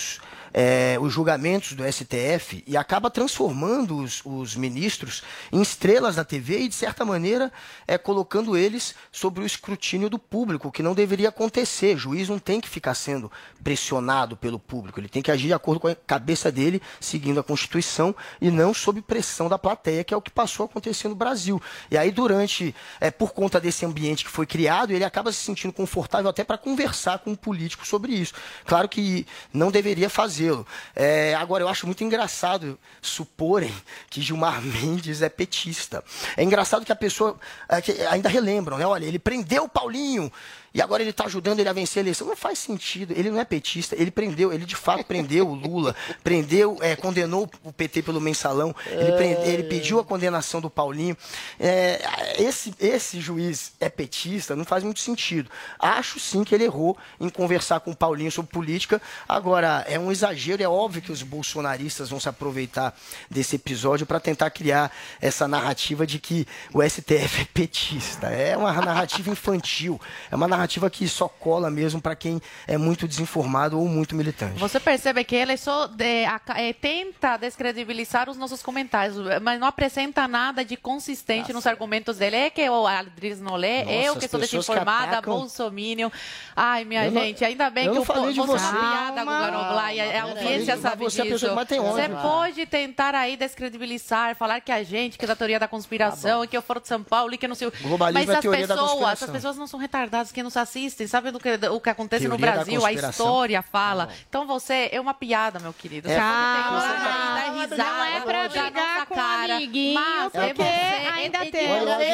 julgamentos do STF e acaba transformando os ministros em estrelas da TV e, de certa maneira, colocando eles sob o escrutínio do público, o que não deveria acontecer. O juiz não tem que ficar sendo pressionado pelo público, ele tem que agir de acordo com a cabeça dele, seguindo a Constituição e não sob pressão da plateia, que é o que passou a acontecer no Brasil. E aí, por conta desse ambiente que foi criado, ele acaba se sentindo confortável até para conversar com um político sobre isso. Claro que não deveria fazê-lo. Agora, eu acho muito engraçado suporem que Gilmar Mendes é petista. É engraçado que a pessoa ainda relembram, né? Olha, ele prendeu o Paulinho e agora ele está ajudando ele a vencer a eleição. Não faz sentido. Ele não é petista. Ele de fato prendeu o Lula, condenou o PT pelo mensalão, ele pediu a condenação do Paulinho. Esse juiz é petista, não faz muito sentido. Acho sim que ele errou em conversar com o Paulinho sobre política. Agora, é um exagero, é óbvio que os bolsonaristas vão se aproveitar desse episódio para tentar criar essa narrativa de que o STF é petista. É uma narrativa infantil, é uma narrativa que só cola mesmo para quem é muito desinformado ou muito militante. Você percebe que ele só tenta descredibilizar os nossos comentários, mas não apresenta nada de consistente nos argumentos dele. É que o Adriles não lê, eu que sou desinformada, bolsominion. Ai, minha gente, ainda bem que você é uma piada, Guga Noblar, e a audiência sabe disso. Você pode tentar aí descredibilizar, falar que a gente, que é da teoria da conspiração, que eu foro de São Paulo e que não sei o... Globalismo mas é teoria da conspiração. as pessoas não são retardadas, que não nos assistem, sabem o que acontece no Teoria da Brasil, a conspiração. história fala. Então você é uma piada, meu querido. Você Calma, dá risada, não é pra da brigar nossa com cara, amiguinho, mas porque ainda tem.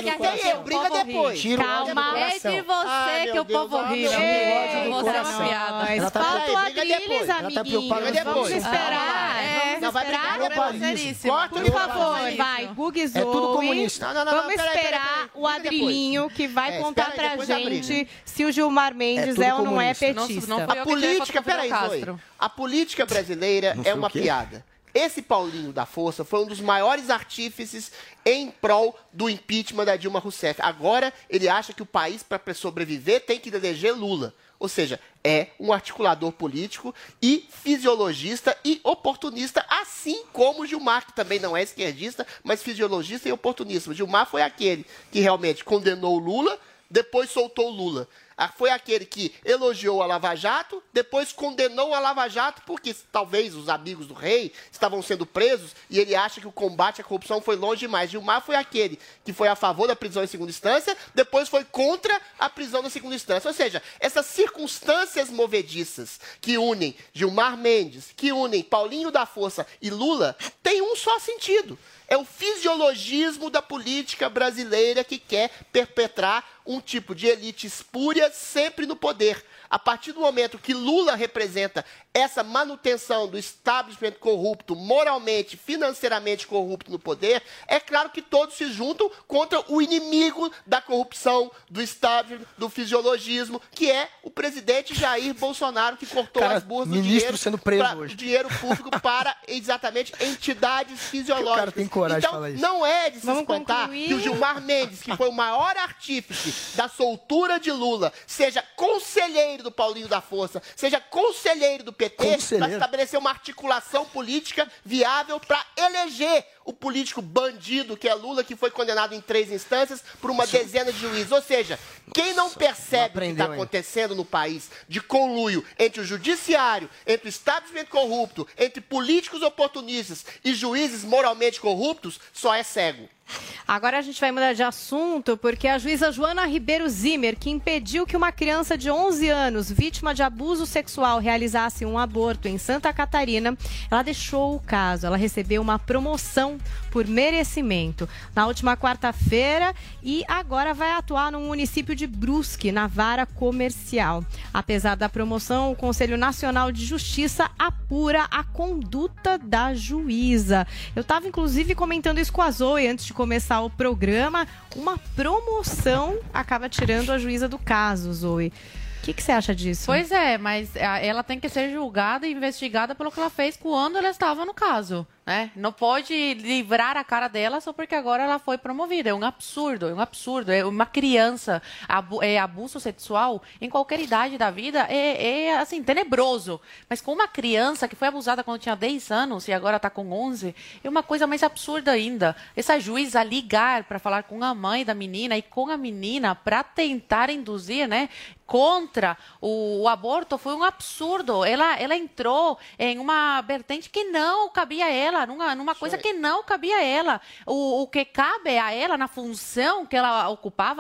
Briga depois. Calma. É de você que o povo ri. Você é uma piada. Falta a Adriles, amiguinho. Vamos esperar. Não, vai brigar depois. Por favor, vai, Gugu É tudo comunista. Vamos esperar o Adrilinho que vai contar espera pra depois da gente briga. se o Gilmar Mendes tudo é ou não é comunista. petista. Não, A política, peraí, Zoe. Castro. A política brasileira Não foi é uma o quê? piada. Esse Paulinho da Força foi um dos maiores artífices em prol do impeachment da Dilma Rousseff. Agora, ele acha que o país, para sobreviver, tem que eleger Lula. Ou seja, é um articulador político e fisiologista e oportunista, assim como Gilmar, que também não é esquerdista, mas fisiologista e oportunista. Gilmar foi aquele que realmente condenou o Lula, depois soltou o Lula. Foi aquele que elogiou a Lava Jato, depois condenou a Lava Jato, porque talvez os amigos do rei estavam sendo presos e ele acha que o combate à corrupção foi longe demais. Gilmar foi aquele que foi a favor da prisão em segunda instância, depois foi contra a prisão na segunda instância. Ou seja, essas circunstâncias movediças que unem Gilmar Mendes, que unem Paulinho da Força e Lula, tem um só sentido. É o fisiologismo da política brasileira que quer perpetrar um tipo de elite espúria sempre no poder. A partir do momento que Lula representa essa manutenção do establishment corrupto, moralmente, financeiramente corrupto no poder, é claro que todos se juntam contra o inimigo da corrupção, do establishment, do fisiologismo, que é o presidente Jair Bolsonaro, que cortou Cara, as burras do ministro dinheiro, sendo preso hoje. dinheiro público para exatamente entidades fisiológicas. O cara tem coragem de então, falar isso. não é de se Vamos espantar concluir. que o Gilmar Mendes, que foi o maior artífice da soltura de Lula, seja conselheiro do Paulinho da Força, seja conselheiro do PT, para Conselheiro? estabelecer uma articulação política viável para eleger o político bandido que é Lula, que foi condenado em 3 instâncias por uma dezena de juízes. Ou seja, quem não percebe o que está acontecendo no país de conluio entre o judiciário, entre o establishment corrupto, entre políticos oportunistas e juízes moralmente corruptos, só é cego. Agora a gente vai mudar de assunto porque a juíza Joana Ribeiro Zimmer, que impediu que uma criança de 11 anos, vítima de abuso sexual, realizasse um aborto em Santa Catarina, ela deixou o caso. Ela recebeu uma promoção por merecimento na última quarta-feira e agora vai atuar no município de Brusque, na vara comercial. Apesar da promoção, o Conselho Nacional de Justiça apura a conduta da juíza. Eu estava, inclusive, comentando isso com a Zoe antes de começar o programa. Uma promoção acaba tirando a juíza do caso, Zoe. O que você acha disso? Pois é, mas ela tem que ser julgada e investigada pelo que ela fez quando ela estava no caso. Né? Não pode livrar a cara dela só porque agora ela foi promovida. É um absurdo, é um absurdo. É uma criança, abuso sexual em qualquer idade da vida é assim, tenebroso. Mas com uma criança que foi abusada quando tinha 10 anos e agora está com 11, é uma coisa mais absurda ainda. Essa juíza ligar para falar com a mãe da menina e com a menina para tentar induzir, né, contra o aborto foi um absurdo. Ela entrou em uma vertente que não cabia a ela, numa coisa que não cabia a ela. O que cabe a ela, na função que ela ocupava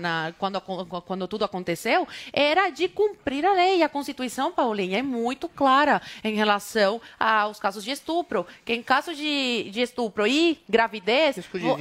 quando tudo aconteceu, era de cumprir a lei. A Constituição, Paulinha, é muito clara em relação aos casos de estupro. Que em caso de estupro e gravidez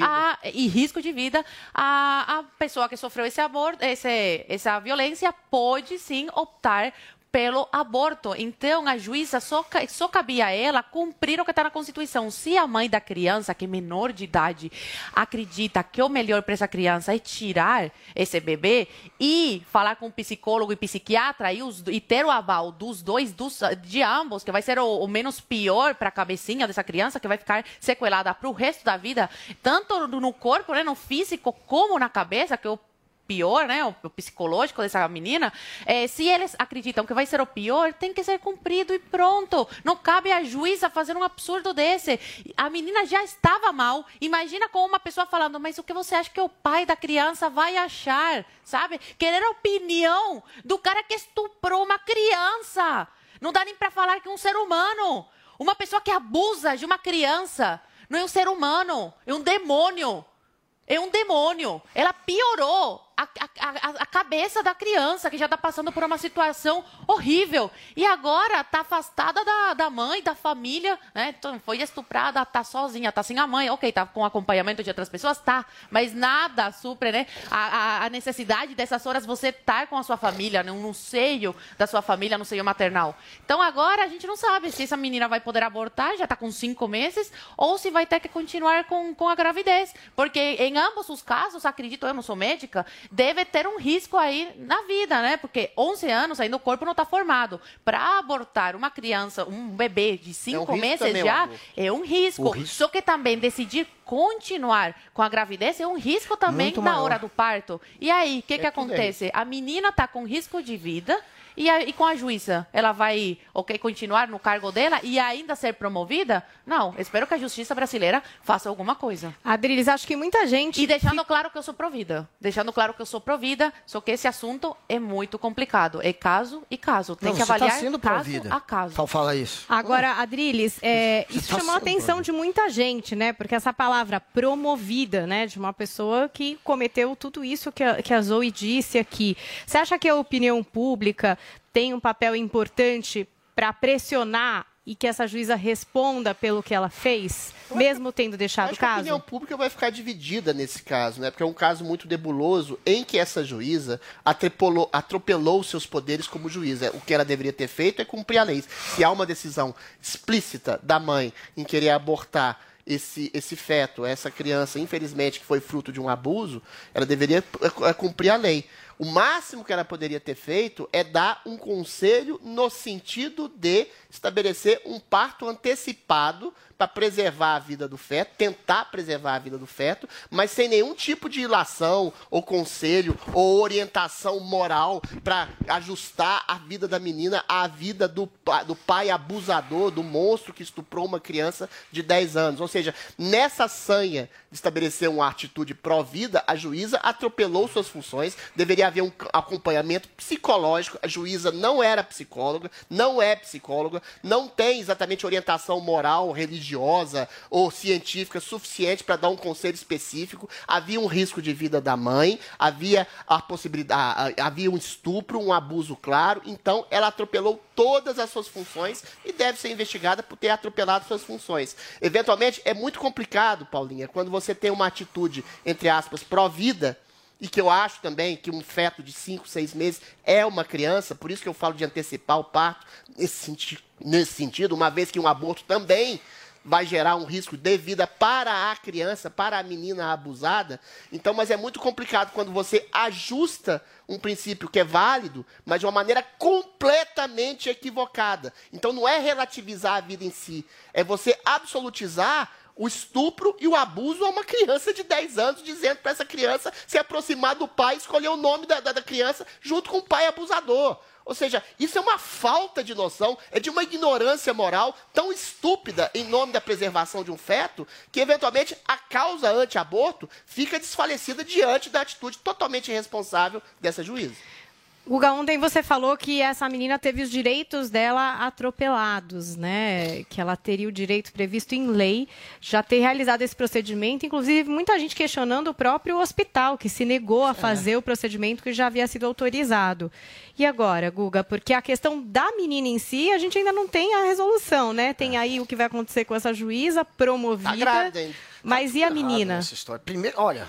e risco de vida, a pessoa que sofreu esse aborto, essa violência, pode sim optar pelo aborto. Então, a juíza só cabia a ela cumprir o que está na Constituição. Se a mãe da criança, que é menor de idade, acredita que o melhor para essa criança é tirar esse bebê e falar com o psicólogo e psiquiatra e ter o aval dos dois, de ambos, que vai ser o menos pior para a cabecinha dessa criança, que vai ficar sequelada para o resto da vida, tanto no corpo, né, no físico, como na cabeça, que é o pior, né, o psicológico dessa menina, se eles acreditam que vai ser o pior, tem que ser cumprido e pronto. Não cabe a juíza fazer um absurdo desse. A menina já estava mal. Imagina com uma pessoa falando, mas o que você acha que o pai da criança vai achar, sabe? Querer a opinião do cara que estuprou uma criança. Não dá nem para falar que é um ser humano. Uma pessoa que abusa de uma criança não é um ser humano, é um demônio. É um demônio. Ela piorou a cabeça da criança, que já está passando por uma situação horrível. E agora está afastada da mãe, da família, né? Então, foi estuprada, está sozinha, está sem a mãe. Ok, está com acompanhamento de outras pessoas? Tá. Mas nada supre, né? A necessidade dessas horas você estar com a sua família, no seio da sua família, no seio maternal. Então, agora a gente não sabe se essa menina vai poder abortar, já está com 5 meses, ou se vai ter que continuar com a gravidez. Porque em ambos os casos, acredito, eu não sou médica, deve ter um risco aí na vida, né? Porque 11 anos ainda o corpo não está formado. Para abortar uma criança, um bebê de 5 meses já, é um risco. Só que também decidir continuar com a gravidez é um risco também na hora do parto. E aí, o que acontece? A menina está com risco de vida. E com a juíza, ela vai continuar no cargo dela e ainda ser promovida? Não, espero que a justiça brasileira faça alguma coisa. Adriles, acho que muita gente... E deixando claro que eu sou provida. Só que esse assunto é muito complicado. É caso e caso. Tem que avaliar tá sendo caso provida. a caso. Fala isso. Agora, Adriles, isso chamou a atenção de muita gente, né? Porque essa palavra promovida, né? De uma pessoa que cometeu tudo isso que a Zoe disse aqui. Você acha que a opinião pública tem um papel importante para pressionar e que essa juíza responda pelo que ela fez, mesmo tendo deixado o caso? A opinião pública vai ficar dividida nesse caso, né? Porque é um caso muito nebuloso em que essa juíza atropelou os seus poderes como juíza. O que ela deveria ter feito é cumprir a lei. Se há uma decisão explícita da mãe em querer abortar esse feto, essa criança, infelizmente, que foi fruto de um abuso, ela deveria cumprir a lei. O máximo que ela poderia ter feito é dar um conselho no sentido de estabelecer um parto antecipado para preservar a vida do feto, tentar preservar a vida do feto, mas sem nenhum tipo de ilação ou conselho ou orientação moral para ajustar a vida da menina à vida do pai abusador, do monstro que estuprou uma criança de 10 anos. Ou seja, nessa sanha de estabelecer uma atitude pró-vida, a juíza atropelou suas funções, deveria haver um acompanhamento psicológico. A juíza não era psicóloga, não é psicóloga, não tem exatamente orientação moral, religiosa ou científica suficiente para dar um conselho específico. Havia um risco de vida da mãe, havia a possibilidade, havia um estupro, um abuso claro. Então, ela atropelou todas as suas funções e deve ser investigada por ter atropelado suas funções. Eventualmente, é muito complicado, Paulinha, quando você tem uma atitude, entre aspas, pró-vida, e que eu acho também que um feto de 5, 6 meses é uma criança, por isso que eu falo de antecipar o parto nesse sentido, uma vez que um aborto também vai gerar um risco de vida para a criança, para a menina abusada. Então, mas é muito complicado quando você ajusta um princípio que é válido, mas de uma maneira completamente equivocada. Então, não é relativizar a vida em si, é você absolutizar o estupro e o abuso a uma criança de 10 anos, dizendo para essa criança se aproximar do pai, escolher o nome da criança junto com o pai abusador. Ou seja, isso é uma falta de noção, é de uma ignorância moral tão estúpida em nome da preservação de um feto, que eventualmente a causa anti-aborto fica desfalecida diante da atitude totalmente irresponsável dessa juíza. Guga, ontem você falou que essa menina teve os direitos dela atropelados, né? Que ela teria o direito previsto em lei já ter realizado esse procedimento. Inclusive, muita gente questionando o próprio hospital, que se negou a fazer o procedimento que já havia sido autorizado. E agora, Guga? Porque a questão da menina em si, a gente ainda não tem a resolução, né? Tem aí o que vai acontecer com essa juíza promovida. Tá grávida ainda. Mas e a menina? Essa história. Primeiro, olha,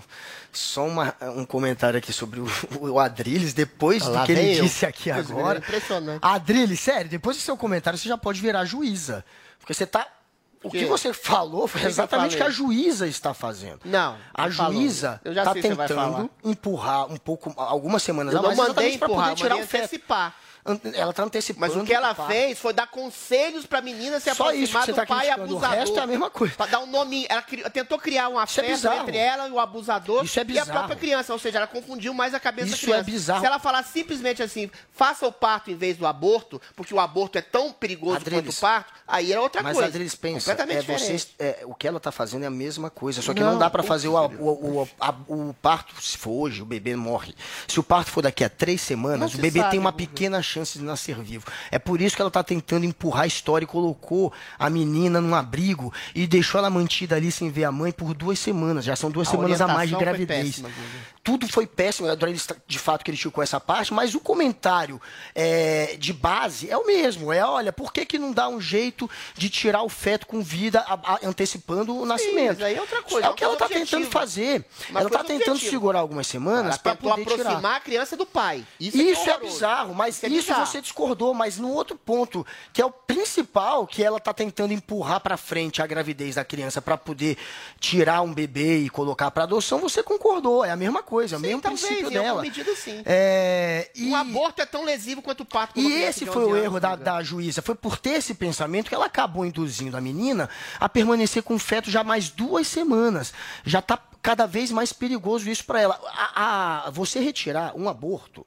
só um comentário aqui sobre o Adriles, depois do que ele disse aqui agora. Impressionante. Adriles, sério, depois do seu comentário, você já pode virar juíza. Porque você tá... O que você falou foi exatamente o que a juíza está fazendo. Não. A juíza está tentando empurrar um pouco, algumas semanas a mais, exatamente para poder tirar o feto. Antecipar. Ela está antecipando. Mas o que ela fez foi dar conselhos para a menina se aproximar do pai abusador. O resto é a mesma coisa. Para dar um nome. Ela tentou criar um afeto entre ela e o abusador e a própria criança. Ou seja, ela confundiu mais a cabeça da criança. Isso é bizarro. Se ela falar simplesmente assim, faça o parto em vez do aborto, porque o aborto é tão perigoso quanto o parto, aí é outra coisa. Mas Adriles, pensa, o que ela está fazendo é a mesma coisa. Só que não dá para fazer o parto, se for hoje, o bebê morre. Se o parto for daqui a 3 semanas, o bebê tem uma pequena chance de nascer vivo. É por isso que ela está tentando empurrar a história e colocou a menina num abrigo e deixou ela mantida ali sem ver a mãe por 2 semanas. Já são 2 semanas a mais de gravidez. tudo foi péssimo. Ele, de fato, criticou essa parte, mas o comentário de base é o mesmo. Olha, por que não dá um jeito de tirar o feto com vida antecipando o nascimento? Mas aí é outra coisa. É o que ela está tentando fazer. Ela está tentando segurar algumas semanas para poder aproximar a criança do pai. Isso é bizarro, mas isso você discordou. Mas no outro ponto, que é o principal, que ela está tentando empurrar para frente a gravidez da criança para poder tirar um bebê e colocar para adoção, você concordou. É a mesma coisa, é o mesmo princípio dela. Medida, sim. Um aborto é tão lesivo quanto o parto. E esse foi o erro da juíza. Foi por ter esse pensamento que ela acabou induzindo a menina a permanecer com o feto já mais 2 semanas. Já está cada vez mais perigoso isso para ela. Você retirar um aborto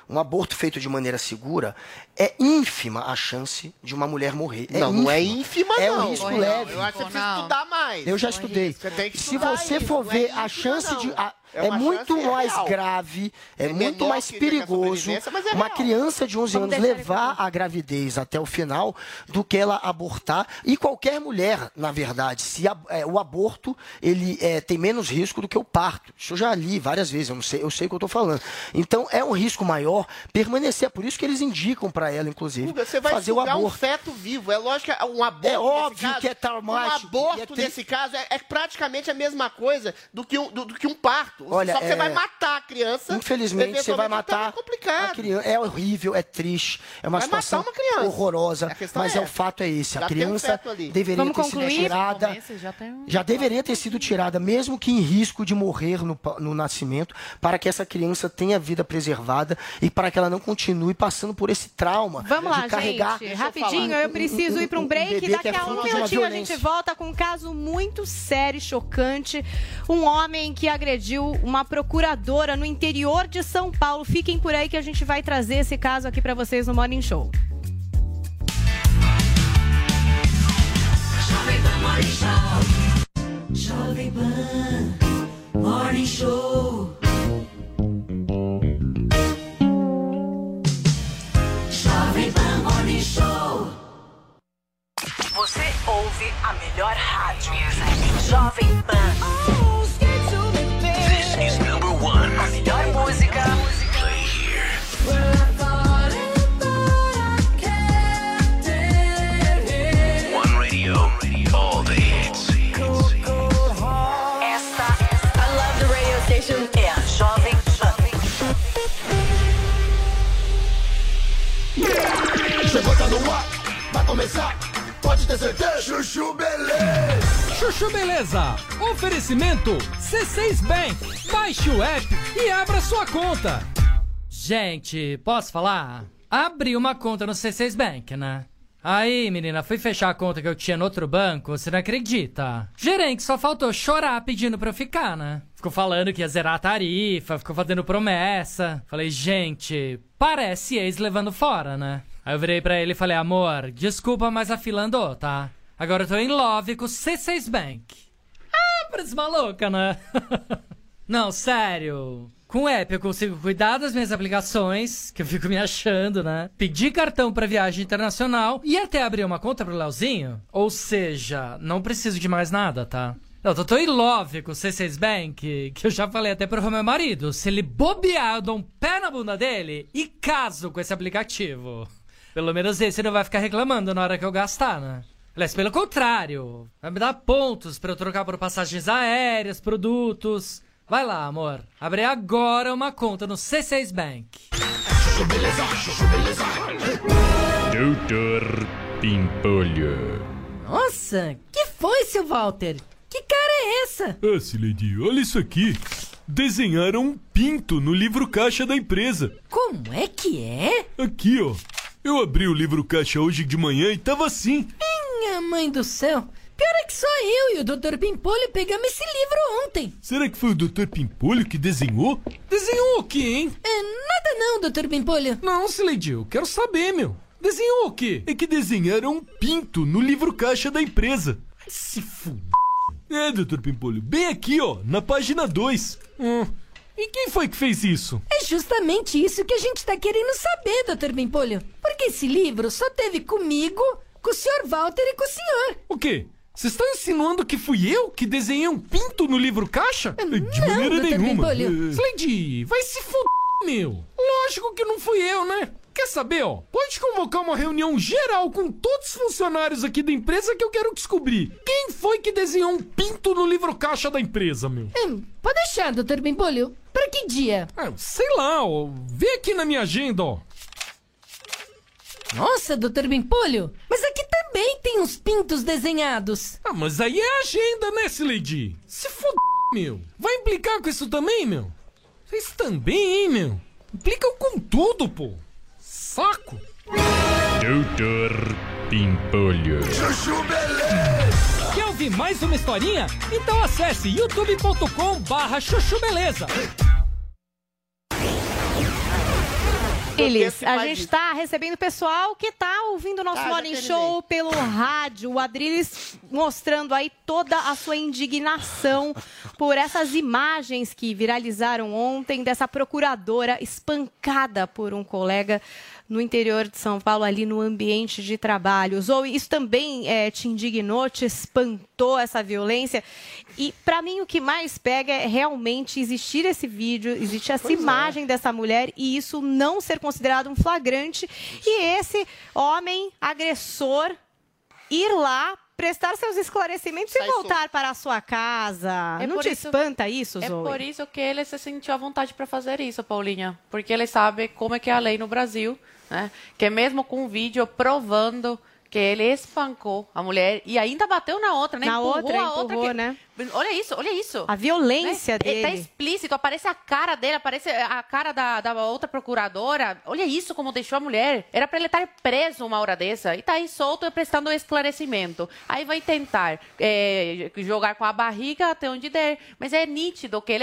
feito de maneira segura, é ínfima a chance de uma mulher morrer. Não é ínfima, não. É um risco leve. Eu acho que você precisa estudar mais. Eu já estudei. Você tem que Se estudar você isso, for ver não é a chance ínfima, de... não. É muito mais grave, é muito mais perigoso uma criança de 11 anos levar a gravidez até o final do que ela abortar. E qualquer mulher, na verdade, se o aborto ele tem menos risco do que o parto. Isso eu já li várias vezes, eu sei o que eu estou falando. Então é um risco maior permanecer. É por isso que eles indicam para ela, inclusive, você vai fazer o aborto. Um feto vivo. É lógico que um aborto. É óbvio que é traumático. Um aborto, nesse caso, é praticamente a mesma coisa do que um parto. Olha, só que você vai matar a criança. Infelizmente, você vai matar a criança. É horrível, é triste, é uma situação horrorosa, mas o fato é esse. A criança deveria ter sido tirada. Já deveria ter sido tirada, mesmo que em risco de morrer no nascimento, para que essa criança tenha vida preservada e para que ela não continue passando por esse trauma. Vamos lá, carregar, gente. Rapidinho, eu preciso ir para um break. Daqui a um minutinho a gente volta com um caso muito sério e chocante. Um homem que agrediu uma procuradora no interior de São Paulo. Fiquem por aí que a gente vai trazer esse caso aqui para vocês no Morning Show. Jovem Pan Morning Show. Jovem Pan Morning Show. Jovem Pan Morning Show. Você ouve a melhor rádio. Jovem Pan. This is number one. A melhor música. Play here. One radio, all the hits. Esta, I love the radio station. É a Jovem Pan. Chegou, tá no ar, vai começar. Pode ter certeza. Chuchu Beleza. Chuchu Beleza. Oferecimento C6 Bank. Baixe o app e abra sua conta. Gente, posso falar? Abri uma conta no C6 Bank, né? Aí, menina, fui fechar a conta que eu tinha no outro banco, você não acredita? Gerente só faltou chorar pedindo pra eu ficar, né? Ficou falando que ia zerar a tarifa, ficou fazendo promessa. Falei, gente, parece ex levando fora, né? Aí eu virei pra ele e falei, amor, desculpa, mas a fila andou, tá? Agora eu tô em love com o C6 Bank. Ah, parece maluca, né? Não, sério. Com o app eu consigo cuidar das minhas aplicações, que eu fico me achando, né? Pedir cartão pra viagem internacional e até abrir uma conta pro Leozinho. Ou seja, não preciso de mais nada, tá? Eu tô em love com o C6 Bank, que eu já falei até pro meu marido. Se ele bobear, eu dou um pé na bunda dele e caso com esse aplicativo. Pelo menos esse não vai ficar reclamando na hora que eu gastar, né? Aliás, pelo contrário, vai me dar pontos pra eu trocar por passagens aéreas, produtos. Vai lá, amor. Abre agora uma conta no C6 Bank. Doutor Pimpolho. Nossa, que foi, seu Walter? Que cara é essa? Ah, Sileidi, olha isso aqui. Desenharam um pinto no livro caixa da empresa. Como é que é? Aqui, ó. Eu abri o livro caixa hoje de manhã e tava assim. Minha mãe do céu. Pior é que só eu e o Dr. Pimpolho pegamos esse livro ontem. Será que foi o Dr. Pimpolho que desenhou? Desenhou o quê, hein? Nada não, Dr. Pimpolho. Não, Sileidi, eu quero saber, meu. Desenhou o quê? É que desenharam um pinto no livro caixa da empresa. Se f... É, Dr. Pimpolho, bem aqui, ó, na página 2. E quem foi que fez isso? É justamente isso que a gente tá querendo saber, Dr. Pimpolho. Porque esse livro só teve comigo, com o Sr. Walter e com o senhor. O quê? Vocês estão insinuando que fui eu que desenhei um pinto no livro caixa? De maneira nenhuma. Slade, vai se foder, meu. Lógico que não fui eu, né? Quer saber, ó? Pode convocar uma reunião geral com todos os funcionários aqui da empresa que eu quero descobrir quem foi que desenhou um pinto no livro caixa da empresa, meu. Pode deixar, Dr. Pimpolho. Pra que dia? Sei lá, ó. Vê aqui na minha agenda, ó. Nossa, Dr. Pimpolho, mas aqui também tem uns pintos desenhados. Mas aí é a agenda, né, Slade? Se foder, meu. Vai implicar com isso também, meu? Vocês também, hein, meu? Implicam com tudo, pô. Saco. Doutor Pimpolho. Chuchu Beleza! Quer ouvir mais uma historinha? Então acesse youtube.com/chuchu beleza. A gente está recebendo pessoal que está ouvindo o nosso Morning Show pelo rádio. O Adriles mostrando aí toda a sua indignação por essas imagens que viralizaram ontem dessa procuradora espancada por um colega no interior de São Paulo, ali no ambiente de trabalho. Zoe, isso também te indignou, te espantou essa violência? E, para mim, o que mais pega é realmente existir esse vídeo, existe essa imagem dessa mulher e isso não ser considerado um flagrante. E esse homem agressor ir lá prestar seus esclarecimentos e voltar para a sua casa. Não te espanta isso, Zoe? É por isso que ele se sentiu à vontade para fazer isso, Paulinha. Porque ele sabe como é que é a lei no Brasil, né? Que mesmo com um vídeo provando que ele espancou a mulher e ainda bateu na outra, né? Empurrou, né? Olha isso, olha isso. A violência dele. Tá explícito, aparece a cara dele, aparece a cara da outra procuradora. Olha isso, como deixou a mulher. Era pra ele estar preso uma hora dessa. E tá aí solto e prestando esclarecimento. Aí vai tentar jogar com a barriga até onde der. Mas é nítido que ele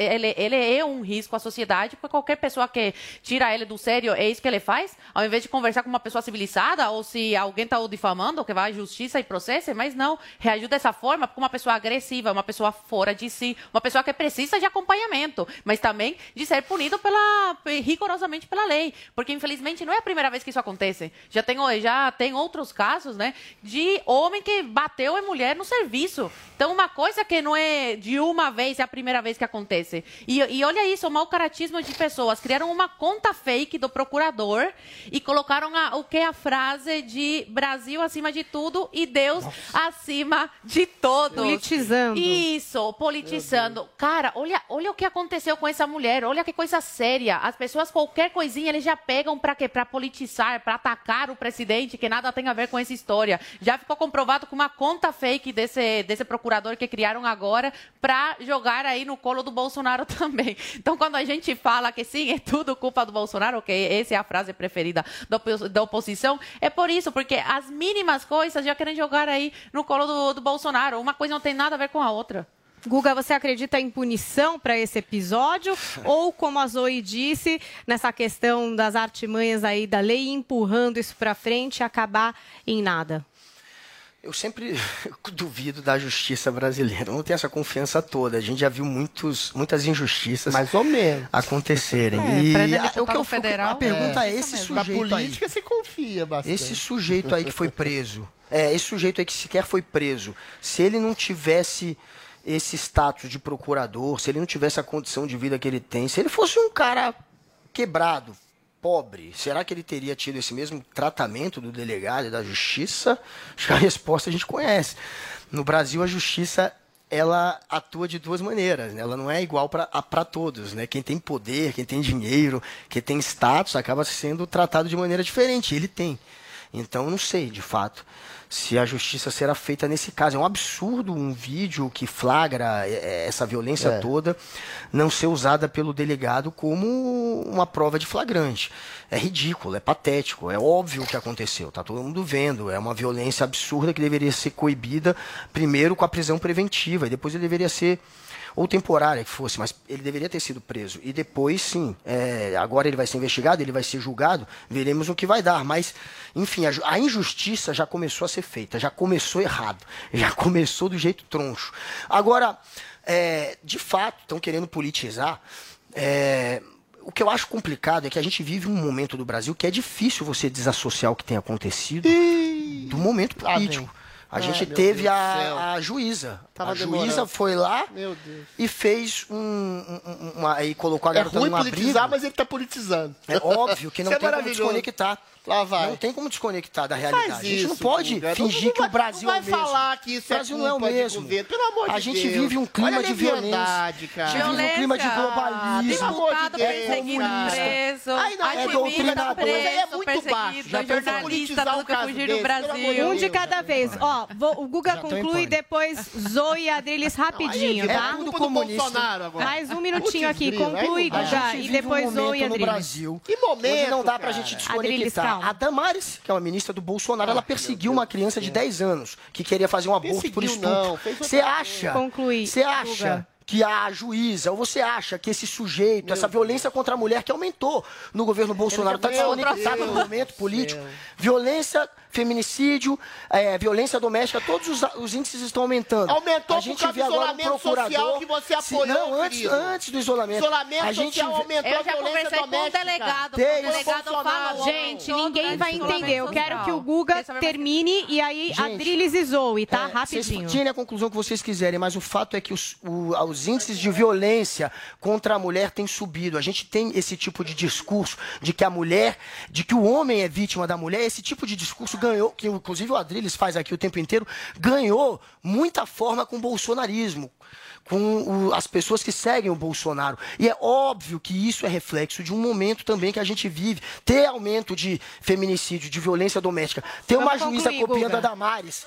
é um risco à sociedade, porque qualquer pessoa que tira ele do sério, é isso que ele faz. Ao invés de conversar com uma pessoa civilizada, ou se alguém tá o difamando, que vai à justiça e processa, mas não, reagiu dessa forma, porque uma pessoa agressiva, uma pessoa fora de si, uma pessoa que precisa de acompanhamento, mas também de ser punido rigorosamente pela lei, porque infelizmente não é a primeira vez que isso acontece. Já tem outros casos, né, de homem que bateu em mulher no serviço. Então, uma coisa que não é de uma vez, é a primeira vez que acontece. E olha isso, o mau caratismo de pessoas. Criaram uma conta fake do procurador e colocaram a frase de Brasil acima de tudo e Deus acima de todos. Politizando. Isso, politizando. Cara, olha o que aconteceu com essa mulher. Olha que coisa séria. As pessoas, qualquer coisinha, eles já pegam pra quê? Pra politizar, pra atacar o presidente, que nada tem a ver com essa história. Já ficou comprovado com uma conta fake desse procurador que criaram agora pra jogar aí no colo do Bolsonaro também. Então, quando a gente fala que sim, é tudo culpa do Bolsonaro, que essa é a frase preferida da oposição, é por isso, porque as mínimas coisas já querem jogar aí no colo do Bolsonaro. Uma coisa não tem nada a ver com a outra. Guga, você acredita em punição para esse episódio? Ou, como a Zoe disse, nessa questão das artimanhas aí da lei, empurrando isso para frente e acabar em nada? Eu sempre duvido da justiça brasileira. Eu não tenho essa confiança toda. A gente já viu muitas injustiças mais ou menos acontecerem. A pergunta é esse sujeito aí. Na política se confia bastante. Esse sujeito aí que foi preso, esse sujeito aí que sequer foi preso, se ele não tivesse esse status de procurador, se ele não tivesse a condição de vida que ele tem, se ele fosse um cara quebrado, pobre, será que ele teria tido esse mesmo tratamento do delegado e da justiça? Acho que a resposta a gente conhece. No Brasil, a justiça, ela atua de duas maneiras, né? Ela não é igual para todos, né? Quem tem poder, quem tem dinheiro, quem tem status, acaba sendo tratado de maneira diferente. Ele tem. Então, eu não sei, de fato, se a justiça será feita nesse caso. É um absurdo um vídeo que flagra essa violência toda não ser usada pelo delegado como uma prova de flagrante. É ridículo, é patético, é óbvio o que aconteceu, está todo mundo vendo. É uma violência absurda que deveria ser coibida primeiro com a prisão preventiva e depois ele deveria ser, ou temporária que fosse, mas ele deveria ter sido preso. E depois, sim, agora ele vai ser investigado, ele vai ser julgado, veremos o que vai dar. Mas, enfim, a injustiça já começou a ser feita, já começou errado, já começou do jeito troncho. Agora, de fato, estão querendo politizar. O que eu acho complicado é que a gente vive um momento do Brasil que é difícil você desassociar o que tem acontecido do momento político. A gente meu teve Deus do céu. a juíza. Tava A juíza demorando. foi lá Meu Deus. e fez aí colocou a garota ruim num politizar, abrigo. mas ele tá politizando. É óbvio que não Isso é tem como maravilhoso. desconectar. Lá vai. Não tem como desconectar da Não realidade. faz A gente não isso, pode Guga. fingir Não que o Brasil vai é o mesmo. falar que isso o Brasil é não é o culpa de mesmo. governo. Pelo amor de A gente Deus. vive um clima Olha a de violência. leviandade, cara. A gente vive um clima de globalismo. Pelo amor de Deputado Deus, perseguido, cara. preso, Ai, não, ativista doutrinador. Mas aí é preso, muito perseguido, baixo. Já tem jornalista politizar tendo um que caso fugir desse, do pelo amor Brasil. de Um de Deus. cada vez. Ó, o Guga tô em conclui, pânico. depois Zoe e Adriles rapidinho, É tá? culpa do comunista. Bolsonaro agora. Mais um minutinho Putz, aqui. grilo, aí Conclui, não dá. A Guga, gente e vive depois um Zoe e momento no Adriles. Brasil Que momento, onde não dá pra cara. gente Adriles, desconectar. calma. A Damares, que é uma ministra do Bolsonaro, ela perseguiu uma criança de 10 anos que queria fazer um aborto por Perseguiu, estupro. não, fez outra Você acha? Conclui, Você acha Guga. que a juíza, ou você acha que esse sujeito, essa violência contra a mulher que aumentou no governo Bolsonaro, está Meu desconectada Deus no momento do político? céu. Violência, feminicídio, violência doméstica, todos os índices estão aumentando. Aumentou a por gente causa vê do agora um isolamento procurador... social que você apoiou, Não, querido. antes do isolamento. Isolamento a gente social aumentou Eu a já violência conversei com um doméstica. delegado. Tem. O delegado falou. Gente, ninguém vai entender. Eu quero que o Quer Guga saber mais? termine e aí Gente, Adriles e Zoe, tá? Vocês Rapidinho. tirem a conclusão que vocês quiserem, mas o fato é que os índices de violência contra a mulher têm subido. A gente tem esse tipo de discurso de que a mulher, de que o homem é vítima da mulher. Esse tipo de discurso ganhou, que inclusive o Adriles faz aqui o tempo inteiro, ganhou muita forma com o bolsonarismo, com as pessoas que seguem o Bolsonaro. E é óbvio que isso é reflexo de um momento também que a gente vive. Ter aumento de feminicídio, de violência doméstica, ter uma Vamos juíza concluir, copiando Guga. a Damares.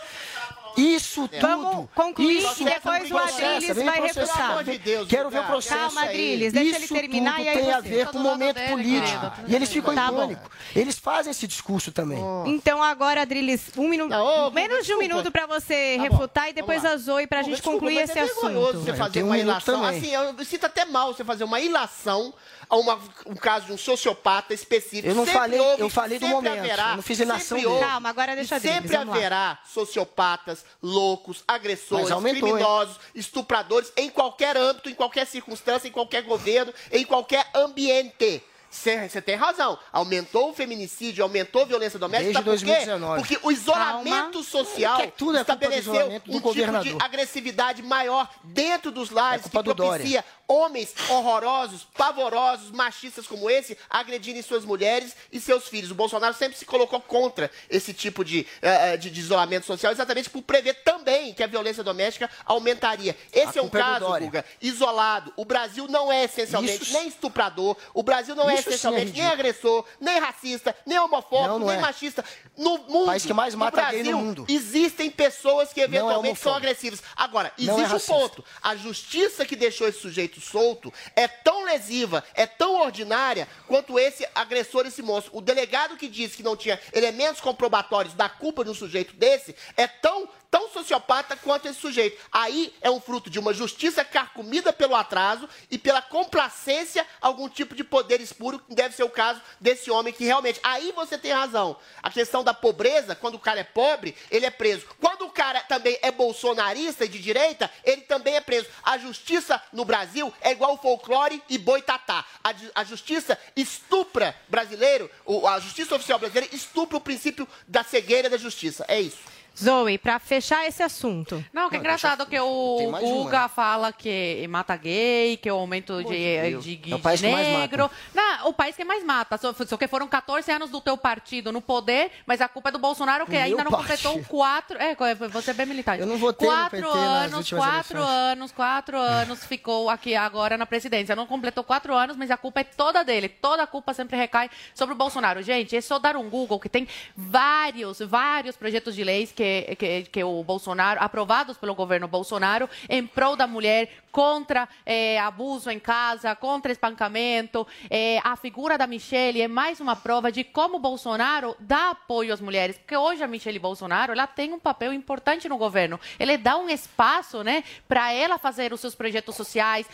Isso tudo. Vamos concluir isso e depois o Adriles vai refutar. Pelo amor de Deus, Quero ver o Guga, processo. Calma, aí. Adriles, deixa ele Isso terminar tudo e aí tem a você. ver com o momento dele, político. querido. E eles ficam Tá em bom. pânico. Eles fazem esse discurso também. Então agora, Adriles, um minuto, Não, ô, menos de um desculpa. minuto pra você Tá bom, refutar e depois vamos a lá. Zoe pra Guga, gente desculpa, concluir mas esse é vergonhoso assunto. você Eu fazer tenho um uma minuto ilação. também. Assim, eu sinto até mal você fazer uma ilação a um caso de um sociopata específico. Eu não Sempre falei- houve, eu falei do sempre momento, haverá, eu não fiz ilação sempre dele. houve, Calma, agora deixa e Adriles, sempre vamos lá. haverá sociopatas, loucos, agressores, Mas aumentou, criminosos, estupradores em qualquer âmbito, em qualquer circunstância, em qualquer governo, em qualquer ambiente. Você tem razão. Aumentou o feminicídio, aumentou a violência doméstica. Desde Sabe por quê? 2019. Porque o isolamento social Porque tudo é culpa do estabeleceu isolamento do um tipo de governador. agressividade maior dentro dos lares É culpa que do Dória. propicia homens horrorosos, pavorosos, machistas como esse, agredirem suas mulheres e seus filhos. O Bolsonaro sempre se colocou contra esse tipo de isolamento social, exatamente por prever também que a violência doméstica aumentaria. Esse é um culpa é do caso, Dória. Guga, isolado. O Brasil não é essencialmente Isso- nem estuprador, o Brasil não é Isso sim é essencialmente nem ridículo. agressor, nem racista, nem homofóbico, Não, não nem é. machista. No mundo, País que mais mata no gay no Brasil, mundo. existem pessoas que eventualmente são homofóbico. agressivas. Agora, Não é existe um racista. ponto. A justiça que deixou esse sujeito solto é tão lesiva, é tão ordinária quanto esse agressor, esse monstro. O delegado que disse que não tinha elementos comprobatórios da culpa de um sujeito desse é tão sociopata quanto esse sujeito. Aí é um fruto de uma justiça carcomida pelo atraso e pela complacência a algum tipo de poder espúrio, que deve ser o caso desse homem que realmente... Aí você tem razão. A questão da pobreza, quando o cara é pobre, ele é preso. Quando o cara também é bolsonarista e de direita, ele também é preso. A justiça no Brasil é igual folclore e boitatá. A justiça estupra brasileiro, a justiça oficial brasileira estupra o princípio da cegueira da justiça. É isso. Zoe, pra fechar esse assunto. Não, que é engraçado que o tem mais uma, Guga né? fala que mata gay, que o aumento de É o país que mais negro. mata. Não, o país que mais mata. Só que foram 14 anos do teu partido no poder, mas a culpa é do Bolsonaro, que O ainda meu não completou partido. 4... você é bem militar. Eu não votei no PT nas últimas eleições. 4 anos ficou aqui agora na presidência. Não completou 4 anos, mas a culpa é toda dele. Toda a culpa sempre recai sobre o Bolsonaro. Gente, é só dar um Google que tem vários projetos de leis que o Bolsonaro, aprovados pelo governo Bolsonaro, em prol da mulher, contra abuso em casa, contra espancamento. A figura da Michelle é mais uma prova de como o Bolsonaro dá apoio às mulheres. Porque hoje a Michelle Bolsonaro, ela tem um papel importante no governo. Ele dá um espaço, né, para ela fazer os seus projetos sociais,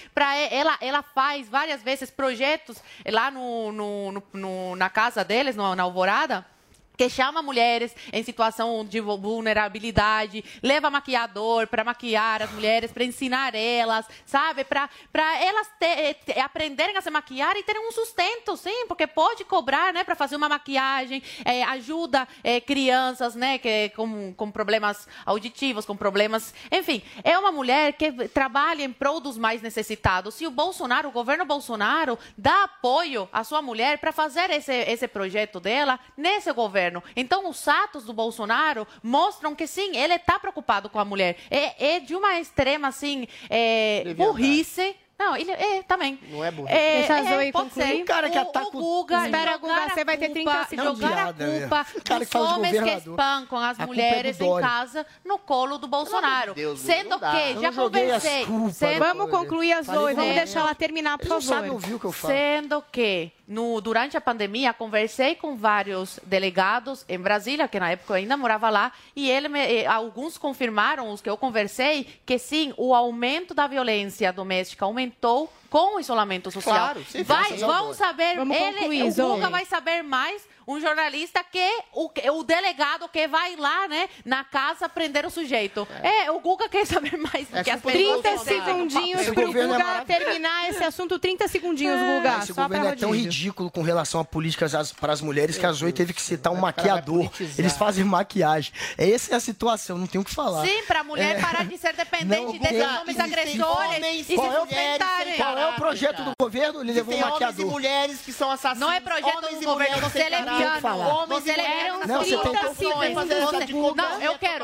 ela faz várias vezes projetos lá na casa deles, na Alvorada, que chama mulheres em situação de vulnerabilidade, leva maquiador para maquiar as mulheres, para ensinar elas, sabe? Para elas aprenderem a se maquiar e terem um sustento, sim, porque pode cobrar, né, para fazer uma maquiagem, ajuda crianças, né, com problemas auditivos, com problemas... Enfim, é uma mulher que trabalha em prol dos mais necessitados. E o governo Bolsonaro, dá apoio à sua mulher para fazer esse projeto dela nesse governo. Então, os atos do Bolsonaro mostram que, sim, ele está preocupado com a mulher. É de uma extrema, assim, burrice. Não, ele também. Não é burro. Deixa a Zoe pode concluir. ser. O cara que ataca o Guga. Espera, Guga, você vai ter 30 segundos. Jogar a culpa dos homens que espancam as mulheres em casa no colo do Bolsonaro. Sendo que, já conversei. Vamos concluir a Zoe, vamos deixar ela terminar, por favor. Sabe ouvir o que eu falo. Sendo que, durante a pandemia, conversei com vários delegados em Brasília, que na época eu ainda morava lá, e alguns confirmaram, os que eu conversei, que sim, o aumento da violência doméstica aumentou com o isolamento social. Claro, sim, vão saber, vamos concluir, o Zoe. Guga vai saber mais, um jornalista que o delegado que vai lá, né, na casa prender o sujeito. O Guga quer saber mais do que as pessoas. 30 segundinhos Esse pro governo é Guga maravilhoso. terminar esse assunto. 30 segundinhos, Guga. Esse Só governo pra é tão rodízio. ridículo com relação a políticas para as mulheres que a Zoe teve que citar um maquiador. Eles fazem maquiagem. Essa é a situação, não tem o que falar. Sim, para a mulher parar de ser dependente desses homens agressores e se sustentarem. Qual é o projeto do governo? Ele levou um Tem homens e maquiador. mulheres que são assassinos. Não é projeto Homens do e governo, mulheres você é separados. leviano. Homens e mulheres Você Não, você tem 30 segundos. Não, eu quero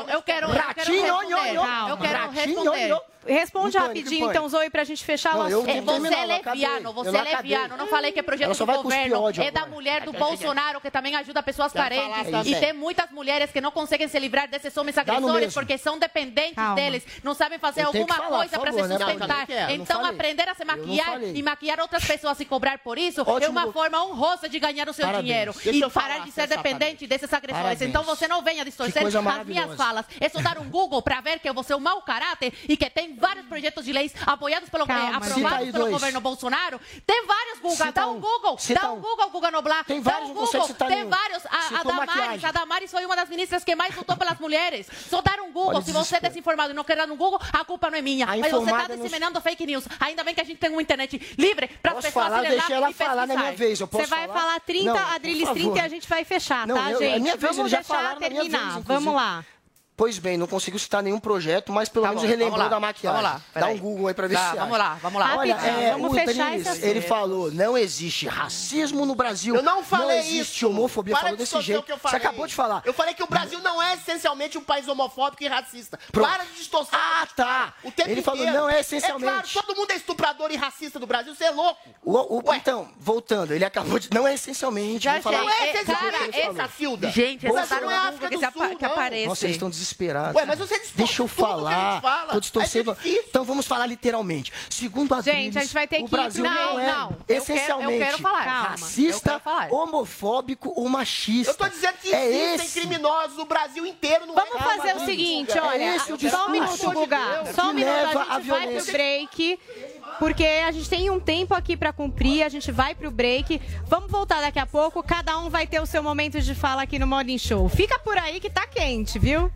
responder. Responde Em rapidinho, pânico. então, Zoe, pra gente fechar o Não, eu assunto. tenho que Você terminar, é eu acabei. leviano, você Eu é não acabei. leviano. Não falei que é projeto Ela do só vai cuspir governo, ódio é da agora. mulher do Bolsonaro, que também ajuda pessoas carentes. falar E também. tem muitas mulheres que não conseguem se livrar desses homens no agressores mesmo. porque são dependentes Calma. deles, não sabem fazer Eu tenho que alguma falar, coisa por para se favor, né, sustentar. Paulinho? Eu não Então, falei. aprender a se Eu não maquiar falei. e maquiar outras pessoas e cobrar por isso é Ótimo. uma forma honrosa de ganhar o seu Parabéns. dinheiro. Deixa E eu parar falar, de ser César, dependente desses agressores. Parabéns. Então, você não venha distorcer coisa as minhas maravilhosa. falas. É só dar um Google para ver que eu vou ser um mau caráter e que tem vários projetos de leis apoiados pelo, Calma. Cita aprovados aí pelo dois. governo Bolsonaro. Tem vários, Guga. Cita Dá um. um Google. Cita Dá um um. Google, Guga Noblar. Tem Dá vários, um não consegue Google. citar Tem nenhum. vários. Citou maquiagem. A Damares foi uma das ministras que mais lutou pelas mulheres. Só dar um Google. Olha o Se você é desespero. desinformado e não quer dar no Google, a culpa não é minha. A Mas você está informada não- disseminando fake news. Ainda bem que a gente tem uma internet livre para as Posso pessoas falar? irem Deixa lá ela e falar na minha pesquisar. vez. Eu posso Você vai falar 30, Não, a Drilis por 30 e favor. a gente vai fechar, Não, tá, é gente? minha vez, Vamos eles já deixar falaram na minha terminar. vez, inclusive. Vamos lá. Pois bem, não consigo citar nenhum projeto, mas pelo Tá menos bom, relembrou vamos lá, da maquiagem. vamos lá, Dá peraí. um Google aí pra ver Tá, se vamos acha. lá, vamos lá. Olha, Rapidinho, vamos o fechar Drilis, esse ele assunto. falou, não existe racismo no Brasil. Eu não falei existe isso. homofobia. Para Falou de desse distorcer jeito. o que eu Você falei. acabou de falar. Eu falei que o Brasil não é essencialmente um país homofóbico e racista. Pronto. Para de distorcer. Ah, tá. O tempo Ele falou, inteiro. não é essencialmente. É claro, todo mundo é estuprador e racista do Brasil, você é louco. Ué. Então, voltando, ele acabou de... Não é essencialmente. Já vou falar. Não é Cara, essencialmente, essa Cacilda. Gente, Você essa tá não no é Google África que, do Sul, que não. aparece. Nossa, eles estão desesperados. Ué, mas você distorce Deixa eu tudo que a falar. gente fala. Tô distorcendo. Vai ser difícil. Então vamos falar literalmente. Segundo a Gente, Drilis, a gente vai ter o que ir Brasil pro- não é Não, eu essencialmente quero falar. Calma, eu racista, quero falar. homofóbico ou machista. Eu tô dizendo que é existem esse. criminosos no Brasil inteiro. Não Vamos é fazer o Calma, seguinte, Guga. olha, esse o só um discurso minuto, Guga. de Só um que minuto, leva a à gente vai pro violência. break, porque a gente tem um tempo aqui pra cumprir, a gente vai pro break. Vamos voltar daqui a pouco, cada um vai ter o seu momento de fala aqui no Morning Show. Fica por aí que tá quente, viu?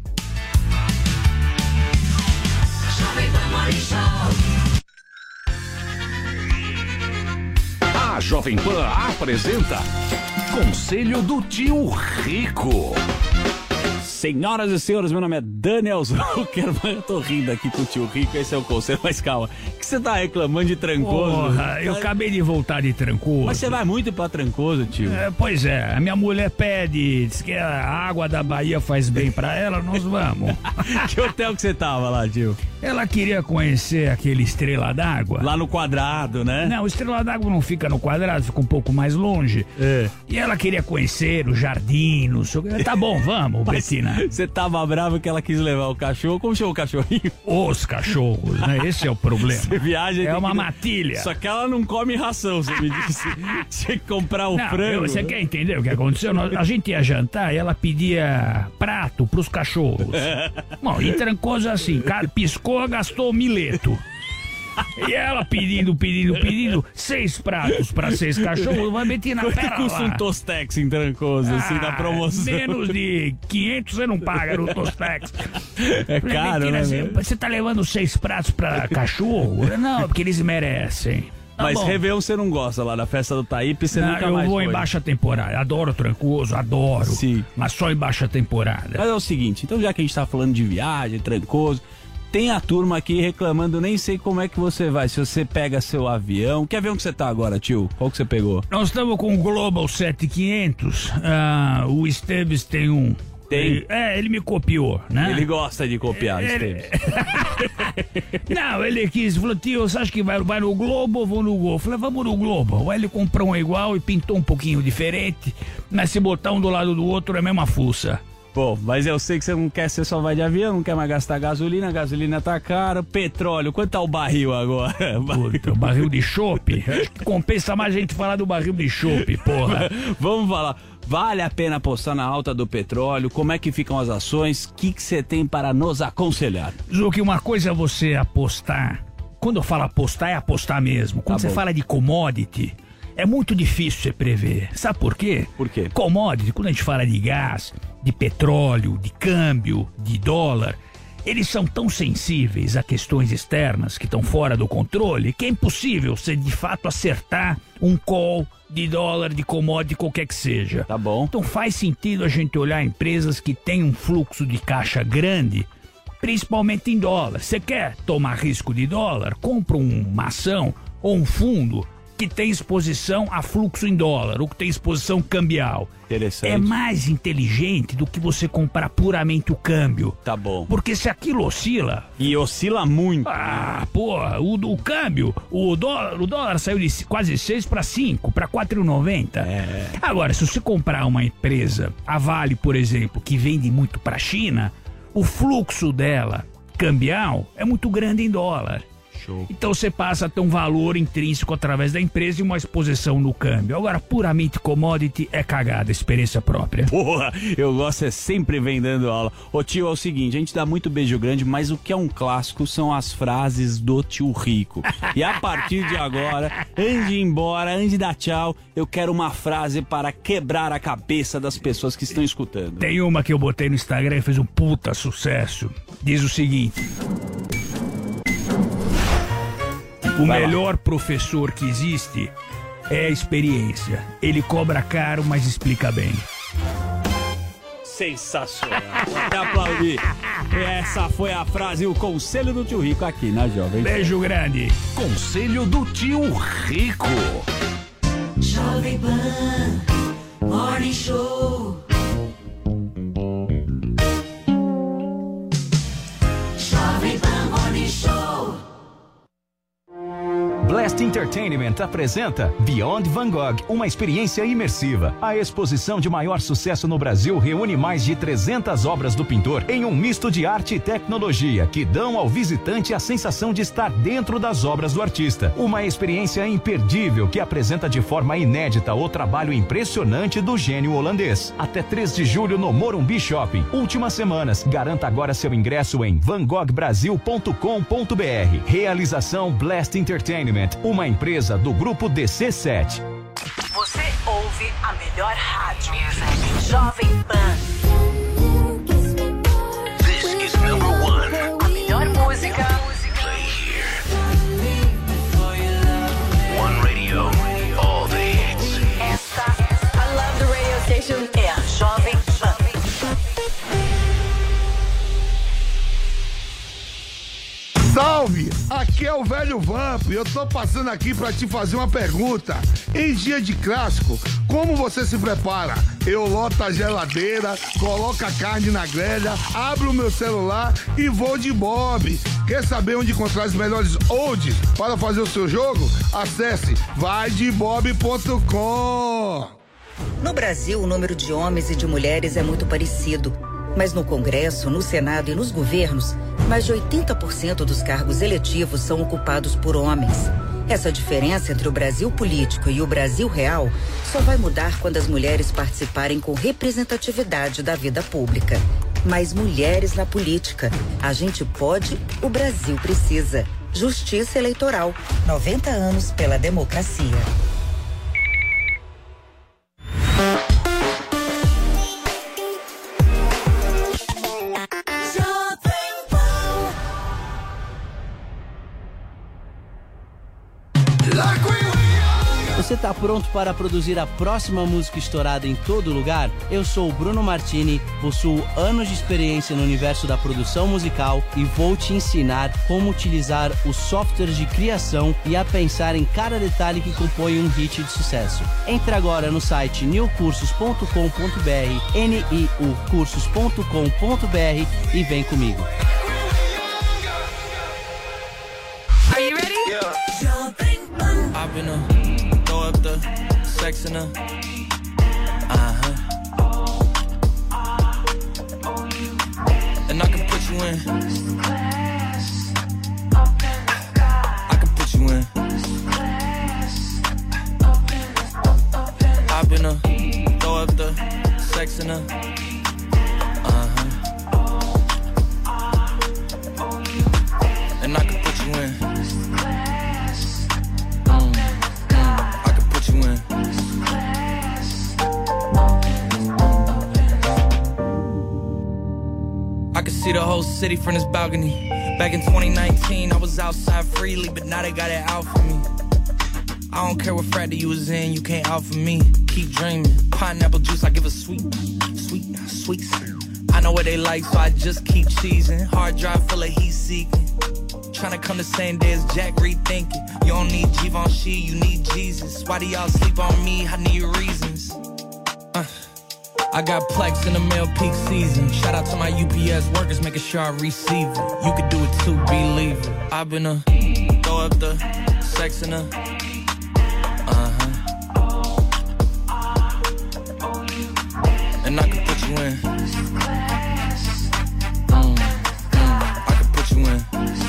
A Jovem Pan apresenta Conselho do Tio Rico. Senhoras e senhores, meu nome é Daniel Zuckerman. Eu tô rindo aqui com o tio Rico, esse é o conselho, mas calma. O que você tá reclamando de Trancoso? Porra, eu acabei de voltar de Trancoso. Mas você vai muito pra Trancoso, tio? Pois é, a minha mulher pede, diz que a água da Bahia faz bem pra ela, nós vamos. Que hotel que você tava lá, tio? Ela queria conhecer aquele Estrela d'Água. Lá no quadrado, né? Não, o Estrela d'Água não fica no quadrado, fica um pouco mais longe. É. E ela queria conhecer o jardim, não sei o que. Tá bom, vamos, Betina. Você tava bravo que ela quis levar o cachorro. Como chama o cachorrinho? Os cachorros, né? Esse é o problema. Você viaja e É tem uma que- matilha. Só que ela não come ração, você me disse. Tinha que comprar o Não, frango. você quer entender o que aconteceu? A gente ia jantar e ela pedia prato pros cachorros. Bom, e Trancoso assim, cara, piscou, gastou mileto. E ela pedindo 6 pratos pra 6 cachorros, vai meter na Quanto pera custa lá. um Tostex em Trancoso, assim, da promoção? Menos de 500 você não paga no Tostex. É caro, né? Você tá levando 6 pratos pra cachorro? Não, porque eles merecem. Tá Mas bom. Réveillon você não gosta lá da festa do Taípe, você nunca mais Eu vou foi. em baixa temporada. Adoro Trancoso, adoro. Sim. Mas só em baixa temporada. Mas é o seguinte, então já que a gente tá falando de viagem, Trancoso, tem a turma aqui reclamando, nem sei como é que você vai, se você pega seu avião. Que avião que você tá agora, tio? Qual que você pegou? Nós estamos com o Global 7500. O Esteves tem um. Tem? Ele me copiou, né? Ele gosta de copiar, Esteves. Não, ele falou, tio, você acha que vai no Globo ou vou no Gol? Eu falei, vamos no Globo. Aí ele comprou um igual e pintou um pouquinho diferente, mas se botar um do lado do outro é a mesma fuça. Pô, mas eu sei que você não quer, você só vai de avião, não quer mais gastar gasolina, a gasolina tá cara, petróleo, quanto tá o barril agora? Puta, o barril de chopp? Acho que compensa mais a gente falar do barril de chopp, porra. Vamos falar. Vale a pena apostar na alta do petróleo? Como é que ficam as ações? O que você tem para nos aconselhar? Zuki, uma coisa é você apostar. Quando eu falo apostar, é apostar mesmo. Quando você fala de commodity, é muito difícil você prever. Sabe por quê? Por quê? Commodity, quando a gente fala de gás, de petróleo, de câmbio, de dólar, eles são tão sensíveis a questões externas que estão fora do controle que é impossível você de fato acertar um call de dólar, de commodity, qualquer que seja. Tá bom. Então faz sentido a gente olhar empresas que têm um fluxo de caixa grande, principalmente em dólar. Você quer tomar risco de dólar? Compra uma ação ou um fundo que tem exposição a fluxo em dólar, ou que tem exposição cambial. Interessante. É mais inteligente do que você comprar puramente o câmbio. Tá bom. Porque se aquilo oscila... E oscila muito. Ah, porra, o câmbio, o dólar saiu de quase 6 para 5, para 4,90. É. Agora, se você comprar uma empresa, a Vale, por exemplo, que vende muito para a China, o fluxo dela, cambial, é muito grande em dólar. Show. Então você passa a ter um valor intrínseco através da empresa e uma exposição no câmbio. Agora, puramente commodity é cagada, experiência própria. Porra, eu gosto é sempre vendendo aula. Ô tio, é o seguinte, a gente dá muito beijo grande, mas o que é um clássico são as frases do tio Rico. E a partir de agora, antes de ir embora, antes de dar tchau, eu quero uma frase para quebrar a cabeça das pessoas que estão escutando. Tem uma que eu botei no Instagram e fez um puta sucesso. Diz o seguinte: o melhor professor que existe é a experiência. Ele cobra caro, mas explica bem. Sensacional. Vou até aplaudir. Essa foi a frase, o conselho do tio Rico aqui na Jovem. Beijo grande. Conselho do tio Rico. Jovem Pan Morning Show. Jovem Pan Morning Show. Blast Entertainment apresenta Beyond Van Gogh, uma experiência imersiva. A exposição de maior sucesso no Brasil reúne mais de 300 obras do pintor em um misto de arte e tecnologia que dão ao visitante a sensação de estar dentro das obras do artista. Uma experiência imperdível que apresenta de forma inédita o trabalho impressionante do gênio holandês. Até 3 de julho no Morumbi Shopping. Últimas semanas. Garanta agora seu ingresso em vangoghbrasil.com.br. Realização Blast Entertainment, uma empresa do grupo DC7. Você ouve a melhor rádio. Jovem Pan. This is number one. A melhor música. Play here. One radio, all the hits. Essa, I love the radio station. É a Jovem Pan. Salve! Aqui é o velho Vamp e eu tô passando aqui pra te fazer uma pergunta. Em dia de clássico, como você se prepara? Eu loto a geladeira, coloco a carne na grelha, abro o meu celular e vou de Bob. Quer saber onde encontrar os melhores olds para fazer o seu jogo? Acesse vaidebob.com. No Brasil, o número de homens e de mulheres é muito parecido. Mas no Congresso, no Senado e nos governos, mais de 80% dos cargos eletivos são ocupados por homens. Essa diferença entre o Brasil político e o Brasil real só vai mudar quando as mulheres participarem com representatividade da vida pública. Mais mulheres na política. A gente pode, o Brasil precisa. Justiça Eleitoral. 90 anos pela democracia. Você tá pronto para produzir a próxima música estourada em todo lugar? Eu sou o Bruno Martini, possuo anos de experiência no universo da produção musical e vou te ensinar como utilizar os softwares de criação e a pensar em cada detalhe que compõe um hit de sucesso. Entre agora no site niucursos.com.br, niucursos.com.br e vem comigo. Are you ready? Yeah. I've been throw up the sex in her. And I can put you in. I can put you in. I've been throw up the sex in her. And I can put you in. I can see the whole city from this balcony. Back in 2019, I was outside freely, but now they got it out for me. I don't care what frat you was in, you can't out for me. Keep dreaming. Pineapple juice, I give a sweet. I know what they like, so I just keep cheesing. Hard drive full of heat seeking. Tryna come the same day as Jack, rethinking. You don't need Givenchy, you need Jesus. Why do y'all sleep on me? I need reasons. I got Plex in the mail peak season. Shout out to my UPS workers, making sure I receive it. You could do it too, believe it. I've been throw up the sex in her. And I can put you in. I can put you in.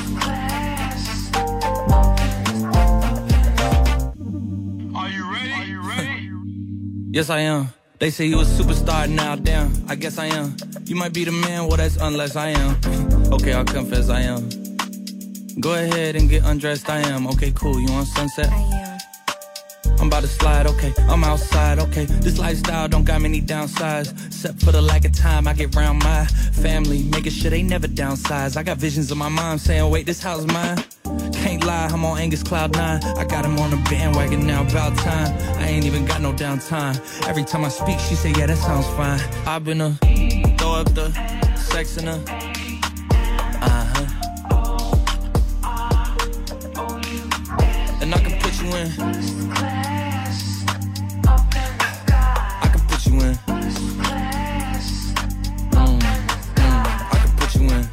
Are you ready? Yes, I am. They say you a superstar now, damn, I guess I am. You might be the man, well that's unless I am. Okay, I'll confess I am. Go ahead and get undressed, I am. Okay, cool, you on Sunset? I am. I'm about to slide, okay, I'm outside, okay. This lifestyle don't got many downsides. Except for the lack of time I get round my family, making sure they never downsize. I got visions of my mom saying, wait, this house mine. Can't lie, I'm on Angus Cloud 9. I got him on the bandwagon now, about time. I ain't even got no downtime. Every time I speak, she say, yeah, that sounds fine. I've been throw up the sex in her. And I can put you in. I can put you in. I can put you in.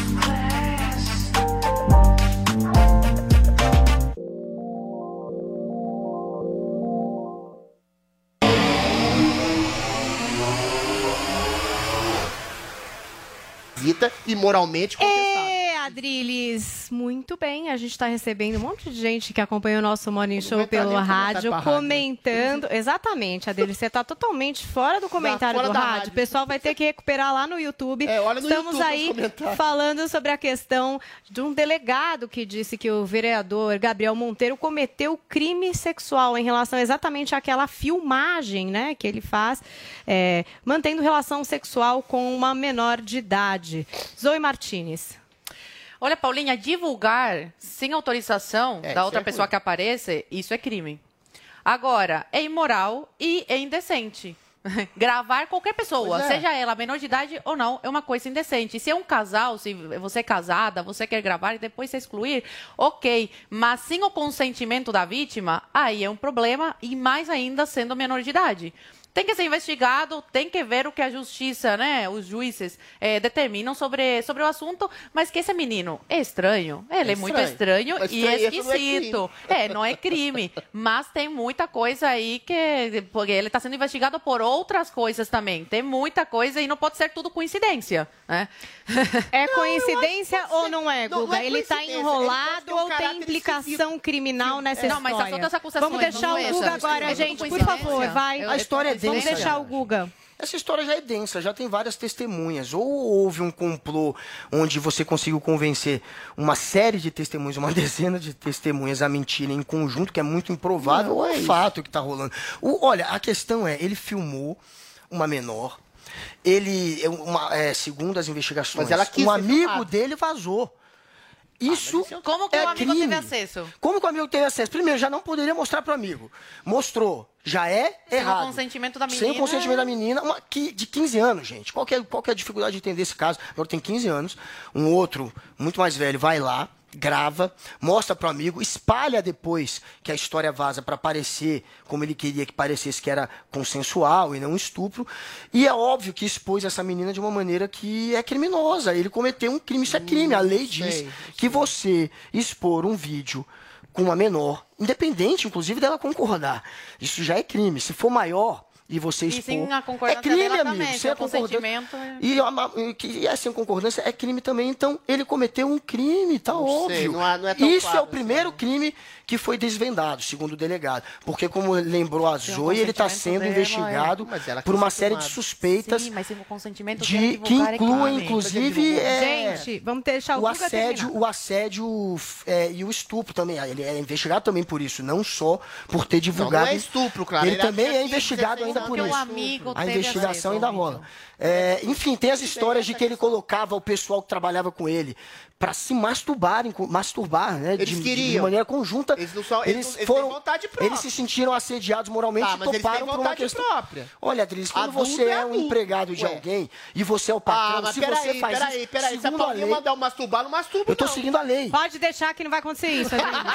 E moralmente contestável. Adriles, muito bem. A gente está recebendo um monte de gente que acompanha o nosso Morning Show pelo rádio, comentando. Exatamente, Adriles, você está totalmente fora do comentário do rádio. O pessoal vai ter que recuperar lá no YouTube. Olha no Estamos YouTube aí falando sobre a questão de um delegado que disse que o vereador Gabriel Monteiro cometeu crime sexual em relação exatamente àquela filmagem, né, que ele faz, mantendo relação sexual com uma menor de idade. Zoe Martins. Olha, Paulinha, divulgar sem autorização da outra pessoa que aparece, isso é crime. Agora, é imoral e é indecente. Gravar qualquer pessoa, seja ela menor de idade ou não, é uma coisa indecente. Se é um casal, se você é casada, você quer gravar e depois se excluir, ok. Mas sem o consentimento da vítima, aí é um problema e mais ainda sendo menor de idade. Tem que ser investigado, tem que ver o que a justiça, né, os juízes determinam sobre o assunto, mas que esse menino é estranho, ele é muito estranho e esquisito. Não é crime, mas tem muita coisa aí porque ele está sendo investigado por outras coisas também. Tem muita coisa e não pode ser tudo coincidência, né? É coincidência ou não é, Guga? Ele está enrolado ou tem implicação criminal nessa história? Não, mas as outras acusações. Vamos deixar o Guga agora, gente, por favor, vai. A história é Vamos deixar o Guga. Essa história já é densa, já tem várias testemunhas. Ou houve um complô onde você conseguiu convencer uma série de testemunhas, uma dezena de testemunhas a mentirem em conjunto, que é muito improvável, ou é fato que está rolando. Olha, a questão é, ele filmou uma menor, segundo as investigações, Mas ela quis um ser amigo filmada. dele vazou. Isso Como que é o amigo crime. teve acesso? Como que o amigo teve acesso? Primeiro, já não poderia mostrar para o amigo. Mostrou. Já é Sem errado. o consentimento da Sem menina. o consentimento da menina, de 15 anos, gente. Qual que é a dificuldade de entender esse caso? Agora tem 15 anos, um outro, muito mais velho, vai lá, grava, mostra pro amigo, espalha depois que a história vaza para parecer como ele queria que parecesse, que era consensual e não um estupro. E é óbvio que expôs essa menina de uma maneira que é criminosa. Ele cometeu um crime, isso é crime. A lei diz que você expor um vídeo com uma menor, independente, inclusive, dela concordar, isso já é crime. Se for maior e você expor, sem a concordância é crime, dela amigo. também, Sem sem a o consentimento, concordância. E sem concordância é crime também. Então, ele cometeu um crime, tá Não óbvio. sei, não é tão Isso claro é o primeiro crime que foi desvendado, segundo o delegado. Porque, como lembrou a Zoe, ele está sendo dela, investigado Mas ela por uma quis ser série de filmada. suspeitas Sim, mas sem o consentimento que divulgar é incluem, crime. inclusive, Gente, vamos deixar o Guga terminar. o assédio e o estupro também. Ele é investigado também por isso, não só por ter divulgado. não é estupro, claro. Ele Ele também acha é que investigado 16 ainda por anos isso. é um amigo A teve investigação acesso ainda ao rola. Enfim, tem as histórias de que ele colocava o pessoal que trabalhava com ele para se masturbar, né? Eles de queriam. maneira conjunta. Eles não são- Eles eles têm foram, vontade própria. eles se sentiram assediados moralmente Tá, e mas eles têm toparam por uma vontade questão. própria. Olha, Adriles, quando Adulto você é é um adulto. empregado de Ué. alguém e você é o patrão, mas se você faz isso, peraí. Se a segundo a Paulinha lei, mandar eu masturbar, não masturba, eu tô não. seguindo a lei. Pode deixar que não vai acontecer isso, Adriles.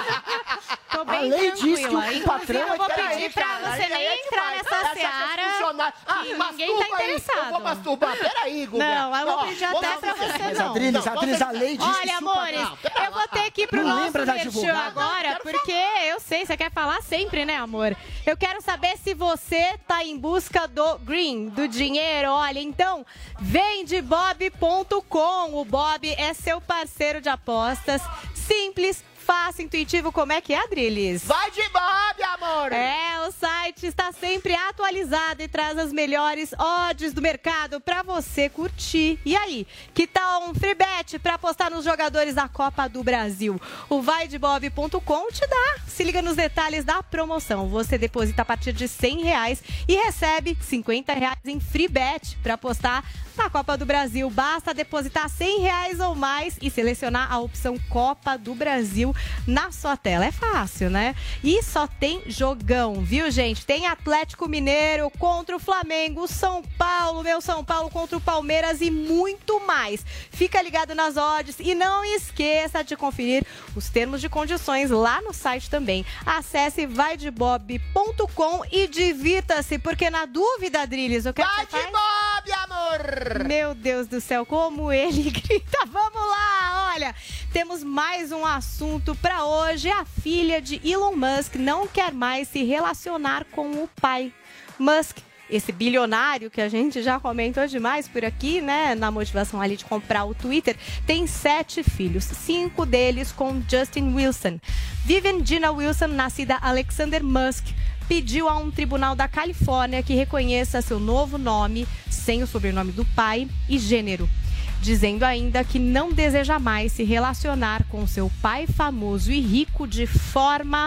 Tô A bem lei diz que tranquila. o patrão Inclusive, eu vou Peraí, pedir pra cara, você aí nem é entrar demais. nessa Essa é seara funcionária. que ninguém tá masturba aí. interessado. Eu vou masturbar. Peraí, Guga. Não, eu vou Ó, pedir vamos até pra ser você, sérios. não. Adriles, a lei diz que Olha, se o amores, patrão- eu vou ter que ir pro Não nosso lembra da merchan advogada? agora, porque eu sei, você quer falar sempre, né, amor? Eu quero saber se você tá em busca do green, do dinheiro. Olha, então, vem de bob.com. O Bob é seu parceiro de apostas. Simples, fácil, intuitivo. Como é que é, Adriles? Vai de Bob, amor! É, o site está sempre atualizado e traz as melhores odds do mercado para você curtir. E aí, que tal um free bet para apostar nos jogadores da Copa do Brasil? O vaidebob.com te dá. Se liga nos detalhes da promoção. Você deposita a partir de R$100 e recebe R$50 em free bet para apostar na Copa do Brasil. Basta depositar R$100 ou mais e selecionar a opção Copa do Brasil na sua tela. É fácil, né? E só tem jogão, viu, gente? Tem Atlético Mineiro contra o Flamengo, São Paulo, meu São Paulo contra o Palmeiras e muito mais. Fica ligado nas odds e não esqueça de conferir os termos de condições lá no site também. Acesse vaidebob.com e divirta-se, porque na dúvida, Adriles, o que Vai você de faz? Bob, amor! Meu Deus do céu, como ele grita. Vamos lá, olha, temos mais um assunto para hoje. A filha de Elon Musk não quer mais se relacionar com o pai. Musk, esse bilionário que a gente já comentou demais por aqui, né, na motivação ali de comprar o Twitter, tem 7 filhos, 5 deles com Justin Wilson. Vivian Gina Wilson, nascida Alexander Musk, pediu a um tribunal da Califórnia que reconheça seu novo nome, sem o sobrenome do pai e gênero, dizendo ainda que não deseja mais se relacionar com seu pai famoso e rico de forma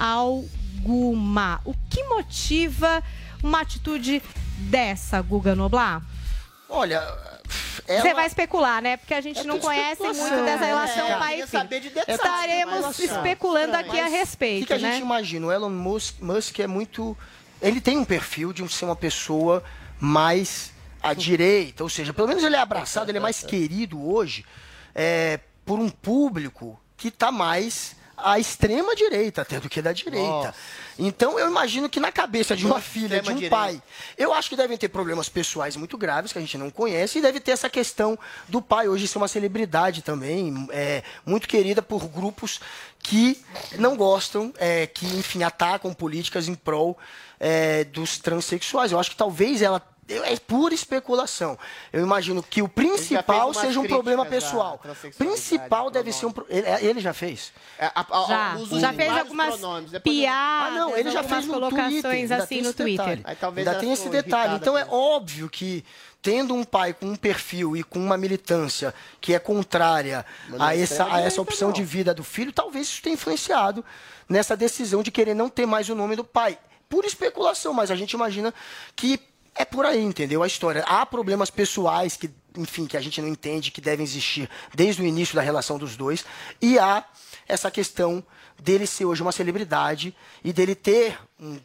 alguma. O que motiva uma atitude dessa, Guga Noblar? Olha, Você vai especular, né? Porque a gente não tudo conhece muito especulação, dessa né? relação É, pai queria e filho. saber de detalhes, Estaremos mas- especulando aqui a Mas respeito, O que a né? gente imagina? O Elon Musk é muito... Ele tem um perfil de ser uma pessoa mais à direita, ou seja, pelo menos ele é abraçado, ele é mais querido hoje por um público que está mais à extrema direita até do que da direita. Nossa. Então eu imagino que na cabeça de uma Nossa, filha, de um extrema-direita. pai, eu acho que devem ter problemas pessoais muito graves que a gente não conhece e deve ter essa questão do pai hoje ser uma celebridade também, muito querida por grupos que não gostam, que enfim atacam políticas em prol dos transexuais. Eu acho que talvez ela É pura especulação. Eu imagino que o principal seja um problema pessoal. Principal deve ser um... Ele já fez? Já fez algumas piadas, ele já fez no colocações assim no Twitter. Ainda tem esse detalhe. Então é óbvio que, tendo um pai com um perfil e com uma militância que é contrária a essa opção de vida do filho, talvez isso tenha influenciado nessa decisão de querer não ter mais o nome do pai. Pura especulação, mas a gente imagina que é por aí, entendeu? A história. Há problemas pessoais que, enfim, que a gente não entende, que devem existir desde o início da relação dos dois. E há essa questão dele ser hoje uma celebridade e dele ter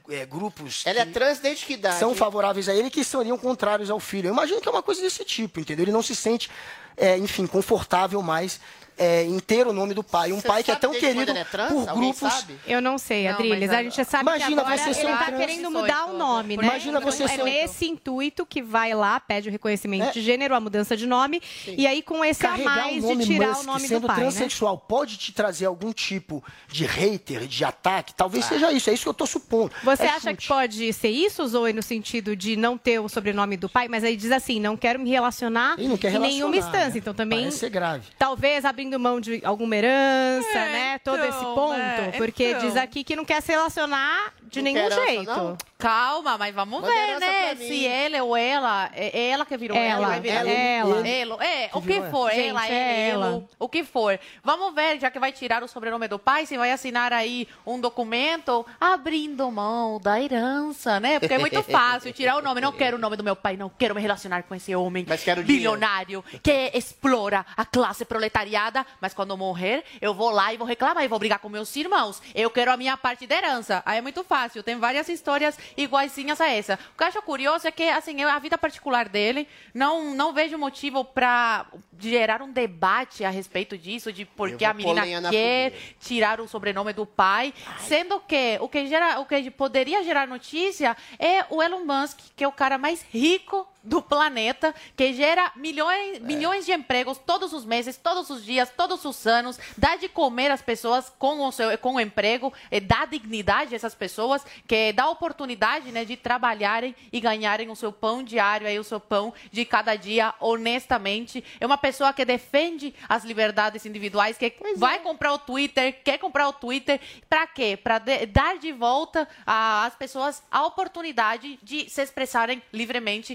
grupos Ela é trans desde que idade? São favoráveis a ele que seriam contrários ao filho. Eu imagino que é uma coisa desse tipo, entendeu? Ele não se sente, enfim, confortável mais em ter o nome do pai. Um pai que é tão querido por grupos... Eu não sei, Adriles. A gente sabe que agora ele está querendo mudar o nome, né? Imagina você é nesse intuito que vai lá, pede o reconhecimento de gênero, a mudança de nome, e aí com esse a mais de tirar o nome do pai, transexual, pode te trazer algum tipo de hater, de ataque? Talvez seja isso, é isso que eu estou supondo. Você acha que pode ser isso, Zoe, no sentido de não ter o sobrenome do pai, mas aí diz assim, não quero me relacionar em nenhuma instância. Então também, parece ser grave. Talvez abrindo mão de alguma herança, né? Todo esse ponto. Porque diz aqui que não quer se relacionar de nenhum jeito. Não? Calma, mas vamos ver, né? Se ele ou ela, é ela que virou ela. Vai virar ela. O que for, gente, ela, o que for. Vamos ver, já que vai tirar o sobrenome do pai, se vai assinar aí um documento abrindo mão da herança, né? Porque é muito fácil tirar o nome. Não quero o nome do meu pai, não quero me relacionar com esse homem bilionário que explora a classe proletariada, mas quando eu morrer, eu vou lá e vou reclamar e vou brigar com meus irmãos. Eu quero a minha parte da herança. Aí é muito fácil. Tem várias histórias iguaizinhas a essa. O que eu acho curioso é que, assim, a vida particular dele, não vejo motivo para gerar um debate a respeito disso, de por que a menina quer tirar o sobrenome do pai, sendo que o que poderia gerar notícia é o Elon Musk, que é o cara mais rico do planeta, que gera milhões de empregos todos os meses, todos os dias, todos os anos, dá de comer às pessoas com o emprego, dá dignidade a essas pessoas, que dá oportunidade, né, de trabalharem e ganharem o seu pão diário, aí, o seu pão de cada dia, honestamente. É uma pessoa que defende as liberdades individuais, que vai comprar o Twitter, quer comprar o Twitter, para quê? Para dar de volta às pessoas a oportunidade de se expressarem livremente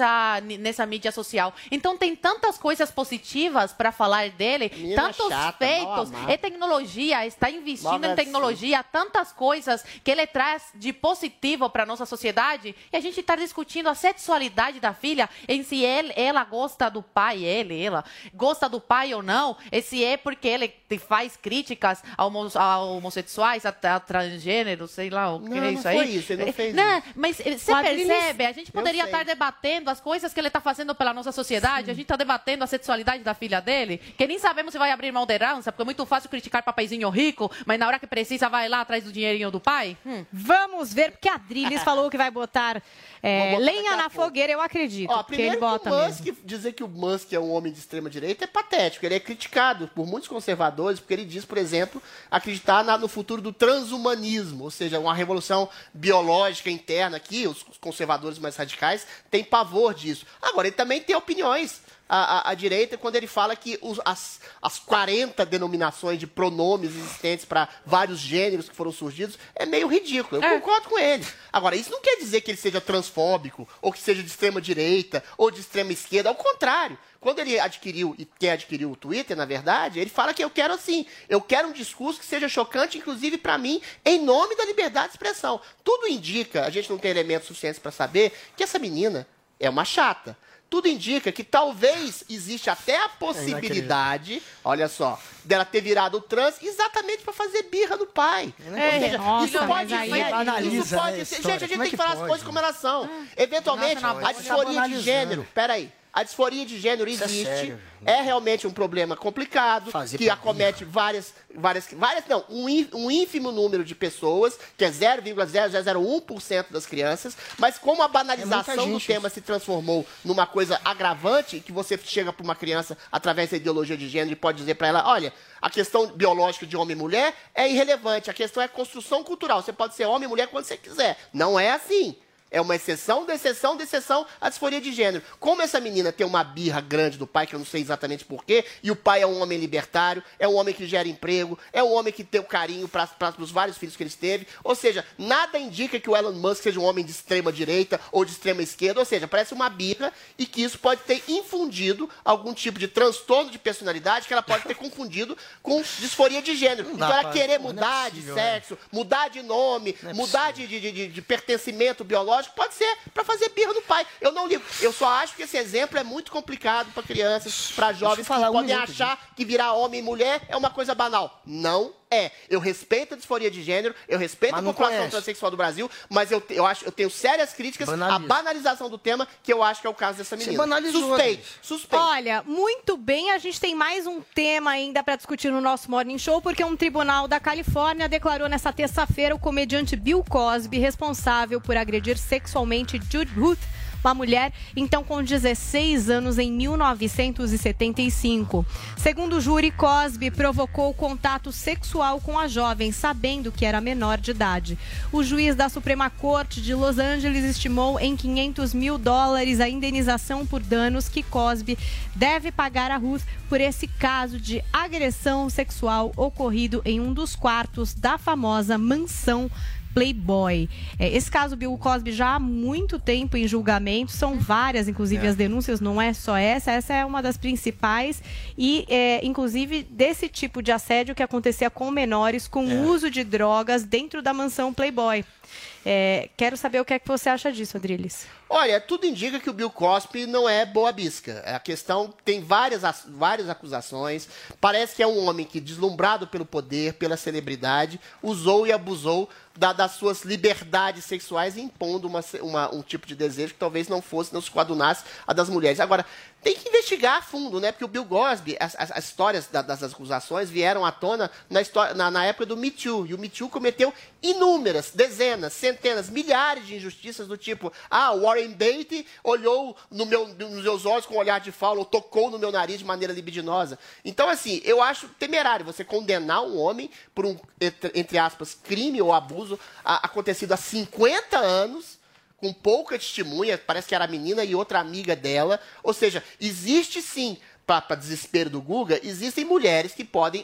nessa mídia social. Então tem tantas coisas positivas para falar dele, tantos feitos, tecnologia, está investindo em tecnologia, tantas coisas que ele traz de positivo para nossa sociedade, e a gente está discutindo a sexualidade da filha, em se ela gosta do pai, ela gosta do pai ou não, e se é porque ele faz críticas a homossexuais, a transgênero, sei lá o que é isso aí. Não foi isso, ele não fez isso. Mas você percebe, a gente poderia estar debatendo as coisas que ele está fazendo pela nossa sociedade, a gente está debatendo a sexualidade da filha dele, que nem sabemos se vai abrir mão da herança, porque é muito fácil criticar papaizinho rico, mas na hora que precisa vai lá atrás do dinheirinho do pai. Vamos ver, porque a Adriles falou que vai botar lenha na fogueira, eu acredito. Porque ele bota dizer que o Musk é um homem de extrema direita é patético. Ele é criticado por muitos conservadores, porque ele diz, por exemplo, acreditar no futuro do transhumanismo, ou seja, uma revolução biológica interna aqui. Os conservadores mais radicais têm pavor disso. Agora, ele também tem opiniões à direita, quando ele fala que as 40 denominações de pronomes existentes para vários gêneros que foram surgidos é meio ridículo. Eu concordo com ele. Agora, isso não quer dizer que ele seja transfóbico, ou que seja de extrema direita, ou de extrema esquerda. Ao contrário. Quando ele adquiriu e quer adquirir o Twitter, na verdade, ele fala que eu quero um discurso que seja chocante, inclusive para mim, em nome da liberdade de expressão. Tudo indica, a gente não tem elementos suficientes para saber, que essa menina é uma chata. Tudo indica que talvez existe até a possibilidade, olha só, dela ter virado trans exatamente para fazer birra do pai. Isso pode ser. Gente, a gente tem que falar as coisas como elas são. Eventualmente, a disforia de gênero. Peraí. A disforia de gênero existe, é realmente um problema complicado, que acomete um ínfimo número de pessoas, que é 0,0001% das crianças, mas como a banalização do tema se transformou numa coisa agravante, que você chega para uma criança através da ideologia de gênero e pode dizer para ela, olha, a questão biológica de homem e mulher é irrelevante, a questão é construção cultural, você pode ser homem e mulher quando você quiser. Não é assim. É uma exceção da exceção da exceção à disforia de gênero. Como essa menina tem uma birra grande do pai, que eu não sei exatamente porquê, e o pai é um homem libertário, é um homem que gera emprego, é um homem que tem o carinho para os vários filhos que ele teve. Ou seja, nada indica que o Elon Musk seja um homem de extrema direita ou de extrema esquerda. Ou seja, parece uma birra e que isso pode ter infundido algum tipo de transtorno de personalidade que ela pode ter confundido com disforia de gênero. Então ela querer mudar de sexo, mudar de nome, mudar de pertencimento biológico, pode ser para fazer birra no pai. Eu não ligo. Eu só acho que esse exemplo é muito complicado para crianças, para jovens que podem achar que virar homem e mulher é uma coisa banal. Não é. Eu respeito a disforia de gênero, eu respeito a população transexual do Brasil, mas eu tenho sérias críticas à banalização do tema, que eu acho que é o caso dessa menina. Suspeito. Olha, muito bem, a gente tem mais um tema ainda para discutir no nosso Morning Show, porque um tribunal da Califórnia declarou nesta terça-feira o comediante Bill Cosby responsável por agredir sexualmente Jude Ruth, uma mulher, então com 16 anos, em 1975. Segundo o júri, Cosby provocou contato sexual com a jovem, sabendo que era menor de idade. O juiz da Suprema Corte de Los Angeles estimou em $500 mil a indenização por danos que Cosby deve pagar a Ruth por esse caso de agressão sexual ocorrido em um dos quartos da famosa mansão Playboy. Esse caso Bill Cosby já há muito tempo em julgamento, são várias, inclusive, as denúncias, não é só essa é uma das principais e, inclusive, desse tipo de assédio que acontecia com menores com uso de drogas dentro da mansão Playboy. Quero saber o que é que você acha disso, Adriles. Olha, tudo indica que o Bill Cosby não é boa bisca. A questão tem várias acusações. Parece que é um homem que, deslumbrado pelo poder, pela celebridade, usou e abusou das suas liberdades sexuais, impondo um tipo de desejo que talvez não se coadunasse a das mulheres. Agora, tem que investigar a fundo, né? Porque o Bill Cosby, as histórias das acusações vieram à tona na época do Me Too. E o Me Too cometeu inúmeras, dezenas, centenas, milhares de injustiças do tipo: Warren Beatty olhou nos meus olhos com um olhar de fauno, ou tocou no meu nariz de maneira libidinosa. Então, assim, eu acho temerário você condenar um homem por um, entre aspas, crime ou abuso acontecido há 50 anos, com pouca testemunha, parece que era a menina e outra amiga dela. Ou seja, existe sim, para desespero do Guga, existem mulheres que podem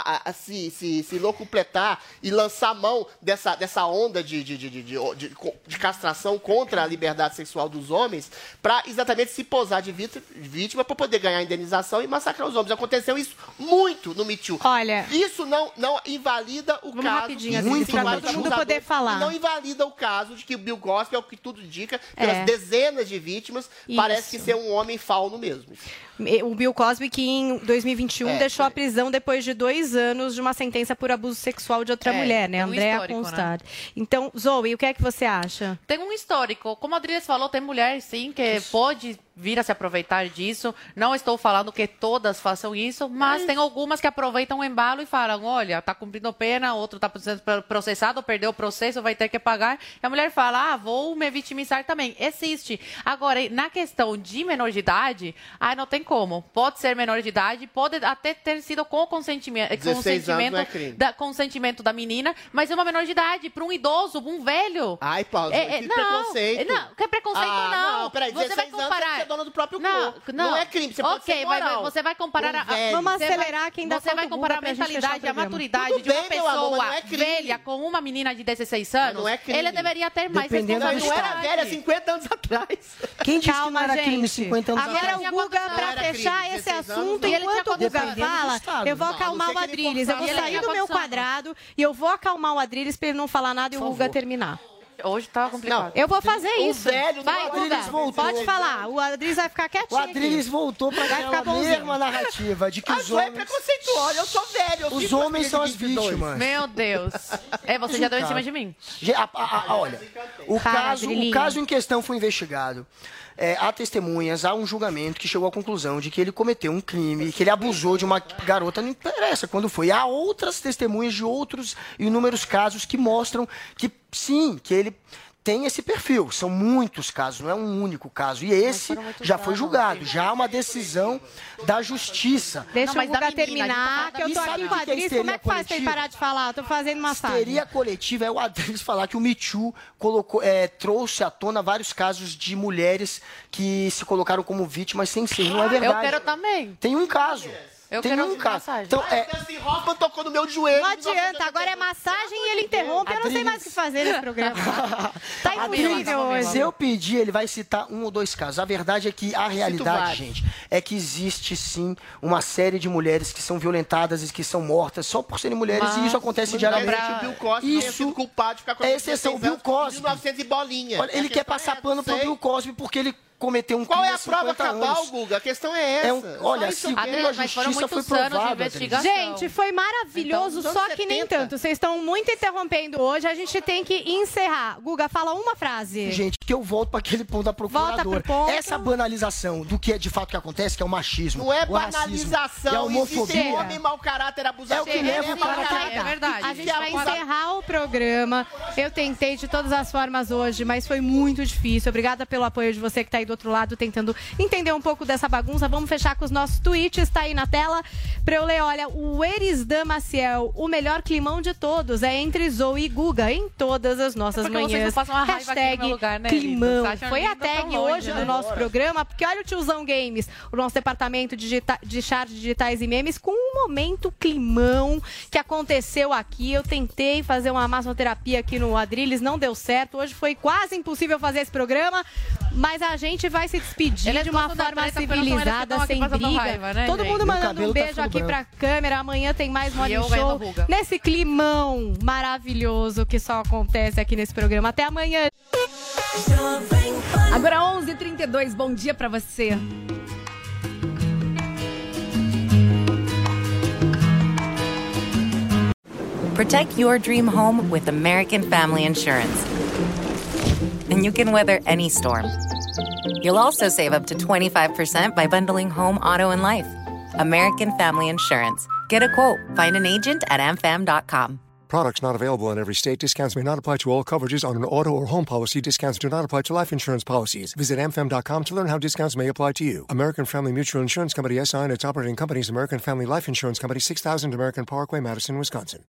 se locupletar e lançar mão dessa onda de castração contra a liberdade sexual dos homens para exatamente se posar de vítima para poder ganhar indenização e massacrar os homens. Aconteceu isso muito no Me Too. Olha, isso não invalida o caso. Rapidinho, muito para todo mundo poder falar. Não invalida o caso de que o Bill Cosby, é o que tudo indica, pelas dezenas de vítimas, parece que ser um homem fauno mesmo. O Bill Cosby, que em 2021 deixou a prisão depois de 2 anos de uma sentença por abuso sexual de outra mulher, né? Andréa Constad. Né? Então, Zoe, o que é que você acha? Tem um histórico. Como a Adriles falou, tem mulher, sim, que pode vir a se aproveitar disso. Não estou falando que todas façam isso, mas tem algumas que aproveitam o embalo e falam: olha, tá cumprindo pena, outro tá sendo processado, perdeu o processo, vai ter que pagar. E a mulher fala: vou me vitimizar também. Existe. Agora, na questão de menor de idade, não tem como. Pode ser menor de idade, pode até ter sido com consentimento, consentimento da menina, mas é uma menor de idade, para um idoso, um velho. Ai, Paulo, que preconceito. Não, que preconceito não. Peraí, você vai comparar. Dona do próprio corpo. Não é crime, você pode ser moral. Você vai comparar vamos acelerar que ainda você vai comparar a mentalidade, a maturidade de uma pessoa velha com uma menina de 16 anos. Não é crime. Ele deveria ter mais responsabilidade. Não era velha 50 anos atrás. Quem disse que não era crime 50 anos atrás? Agora o Guga, para fechar esse assunto, enquanto o Guga fala, eu vou acalmar o Adriles. Eu vou sair do meu quadrado e eu vou acalmar o Adriles para ele não falar nada e o Guga terminar. Hoje tá complicado. Eu vou fazer isso. Vai, Guga, pode falar. O Adriles vai ficar quietinho. O Adriles voltou para aquela mesma narrativa de que os homens... é preconceituoso, eu sou velho. Os homens são as vítimas. Meu Deus. Você já deu em cima de mim. Olha, o caso em questão foi investigado. Há testemunhas, há um julgamento que chegou à conclusão de que ele cometeu um crime, que ele abusou de uma garota, não interessa quando foi. Há outras testemunhas de outros inúmeros casos que mostram que sim, que ele tem esse perfil. São muitos casos, não é um único caso. E esse já foi julgado, já há uma decisão da justiça. Deixa Não, mas o Guga da menina, terminar, que eu E tô sabe aqui o com a que é Adriles. Como é que faz pra ele parar de falar? Eu tô fazendo massagem. Histeria coletiva é o Adriles falar que o Me Too trouxe à tona vários casos de mulheres que se colocaram como vítimas sem ser. Não é verdade. Eu quero também. Tem um caso. Eu Tem quero um ouvir caso. massagem. Então, Dustin Hoffman tocou no meu joelho. Não adianta, agora é massagem e ele interrompe. Eu não sei mais o que fazer nesse programa. Tá impossível hoje. Se eu pedir, ele vai citar 1 ou 2 casos. A verdade é que a realidade, vários. gente, é que existe sim uma série de mulheres que são violentadas e que são mortas só por serem mulheres, e isso acontece diariamente. O Bill Cosby tenha sido culpado de ficar com é exceção. O Bill Cosby. 1900 e bolinha. Olha, ele quer passar pano pro Bill Cosby porque ele cometeu um Qual crime é há a prova 50 cabal, anos. Guga? A questão é essa. Olha, Só isso. segundo a mas foram justiça foi muitos anos de provado. investigação. Gente, foi maravilhoso, Então, só nos que nem 70. tanto. Vocês estão muito interrompendo hoje, a gente tem que encerrar. Guga, fala uma frase. Gente, que eu volto para aquele ponto da procuradora. Volta pro ponto. Essa banalização do que é de fato que acontece, que é o machismo, Não é o racismo, banalização. e a Existe homofobia. homem mau caráter abusador. É o que leva o cara a caráter. É verdade. A gente vai encerrar o programa. Eu tentei de todas as formas hoje, mas foi muito difícil. Obrigada pelo apoio de você que tá aí do outro lado, tentando entender um pouco dessa bagunça. Vamos fechar com os nossos tweets, tá aí na tela pra eu ler. Olha, o Erisdan Maciel, o melhor climão de todos é entre Zoe e Guga em todas as nossas porque vocês não manhãs. passam uma raiva aqui no meu lugar, né, lindos? Climão. Vocês acham Foi lindo a tag tão longe, hoje né? do nosso programa, porque olha o Tiozão Games, o nosso departamento de chart digitais e memes, com um momento climão que aconteceu aqui. Eu tentei fazer uma massoterapia aqui no Adriles, não deu certo. Hoje foi quase impossível fazer esse programa, mas a gente vai se despedir de uma forma civilizada, sem briga. Raiva, né, Todo gente? mundo Meu mandando cabelo um tá beijo ficando aqui pra câmera. Amanhã tem mais Morning eu vendo Show Ruga. nesse climão maravilhoso que só acontece aqui nesse programa. Até amanhã. Agora 11h32, bom dia pra você. Protect your dream home with American Family Insurance. And you can weather any storm. You'll also save up to 25% by bundling home, auto, and life. American Family Insurance. Get a quote. Find an agent at amfam.com. Products not available in every state. Discounts may not apply to all coverages on an auto or home policy. Discounts do not apply to life insurance policies. Visit amfam.com to learn how discounts may apply to you. American Family Mutual Insurance Company, SI, and its operating companies, American Family Life Insurance Company, 6000 American Parkway, Madison, Wisconsin.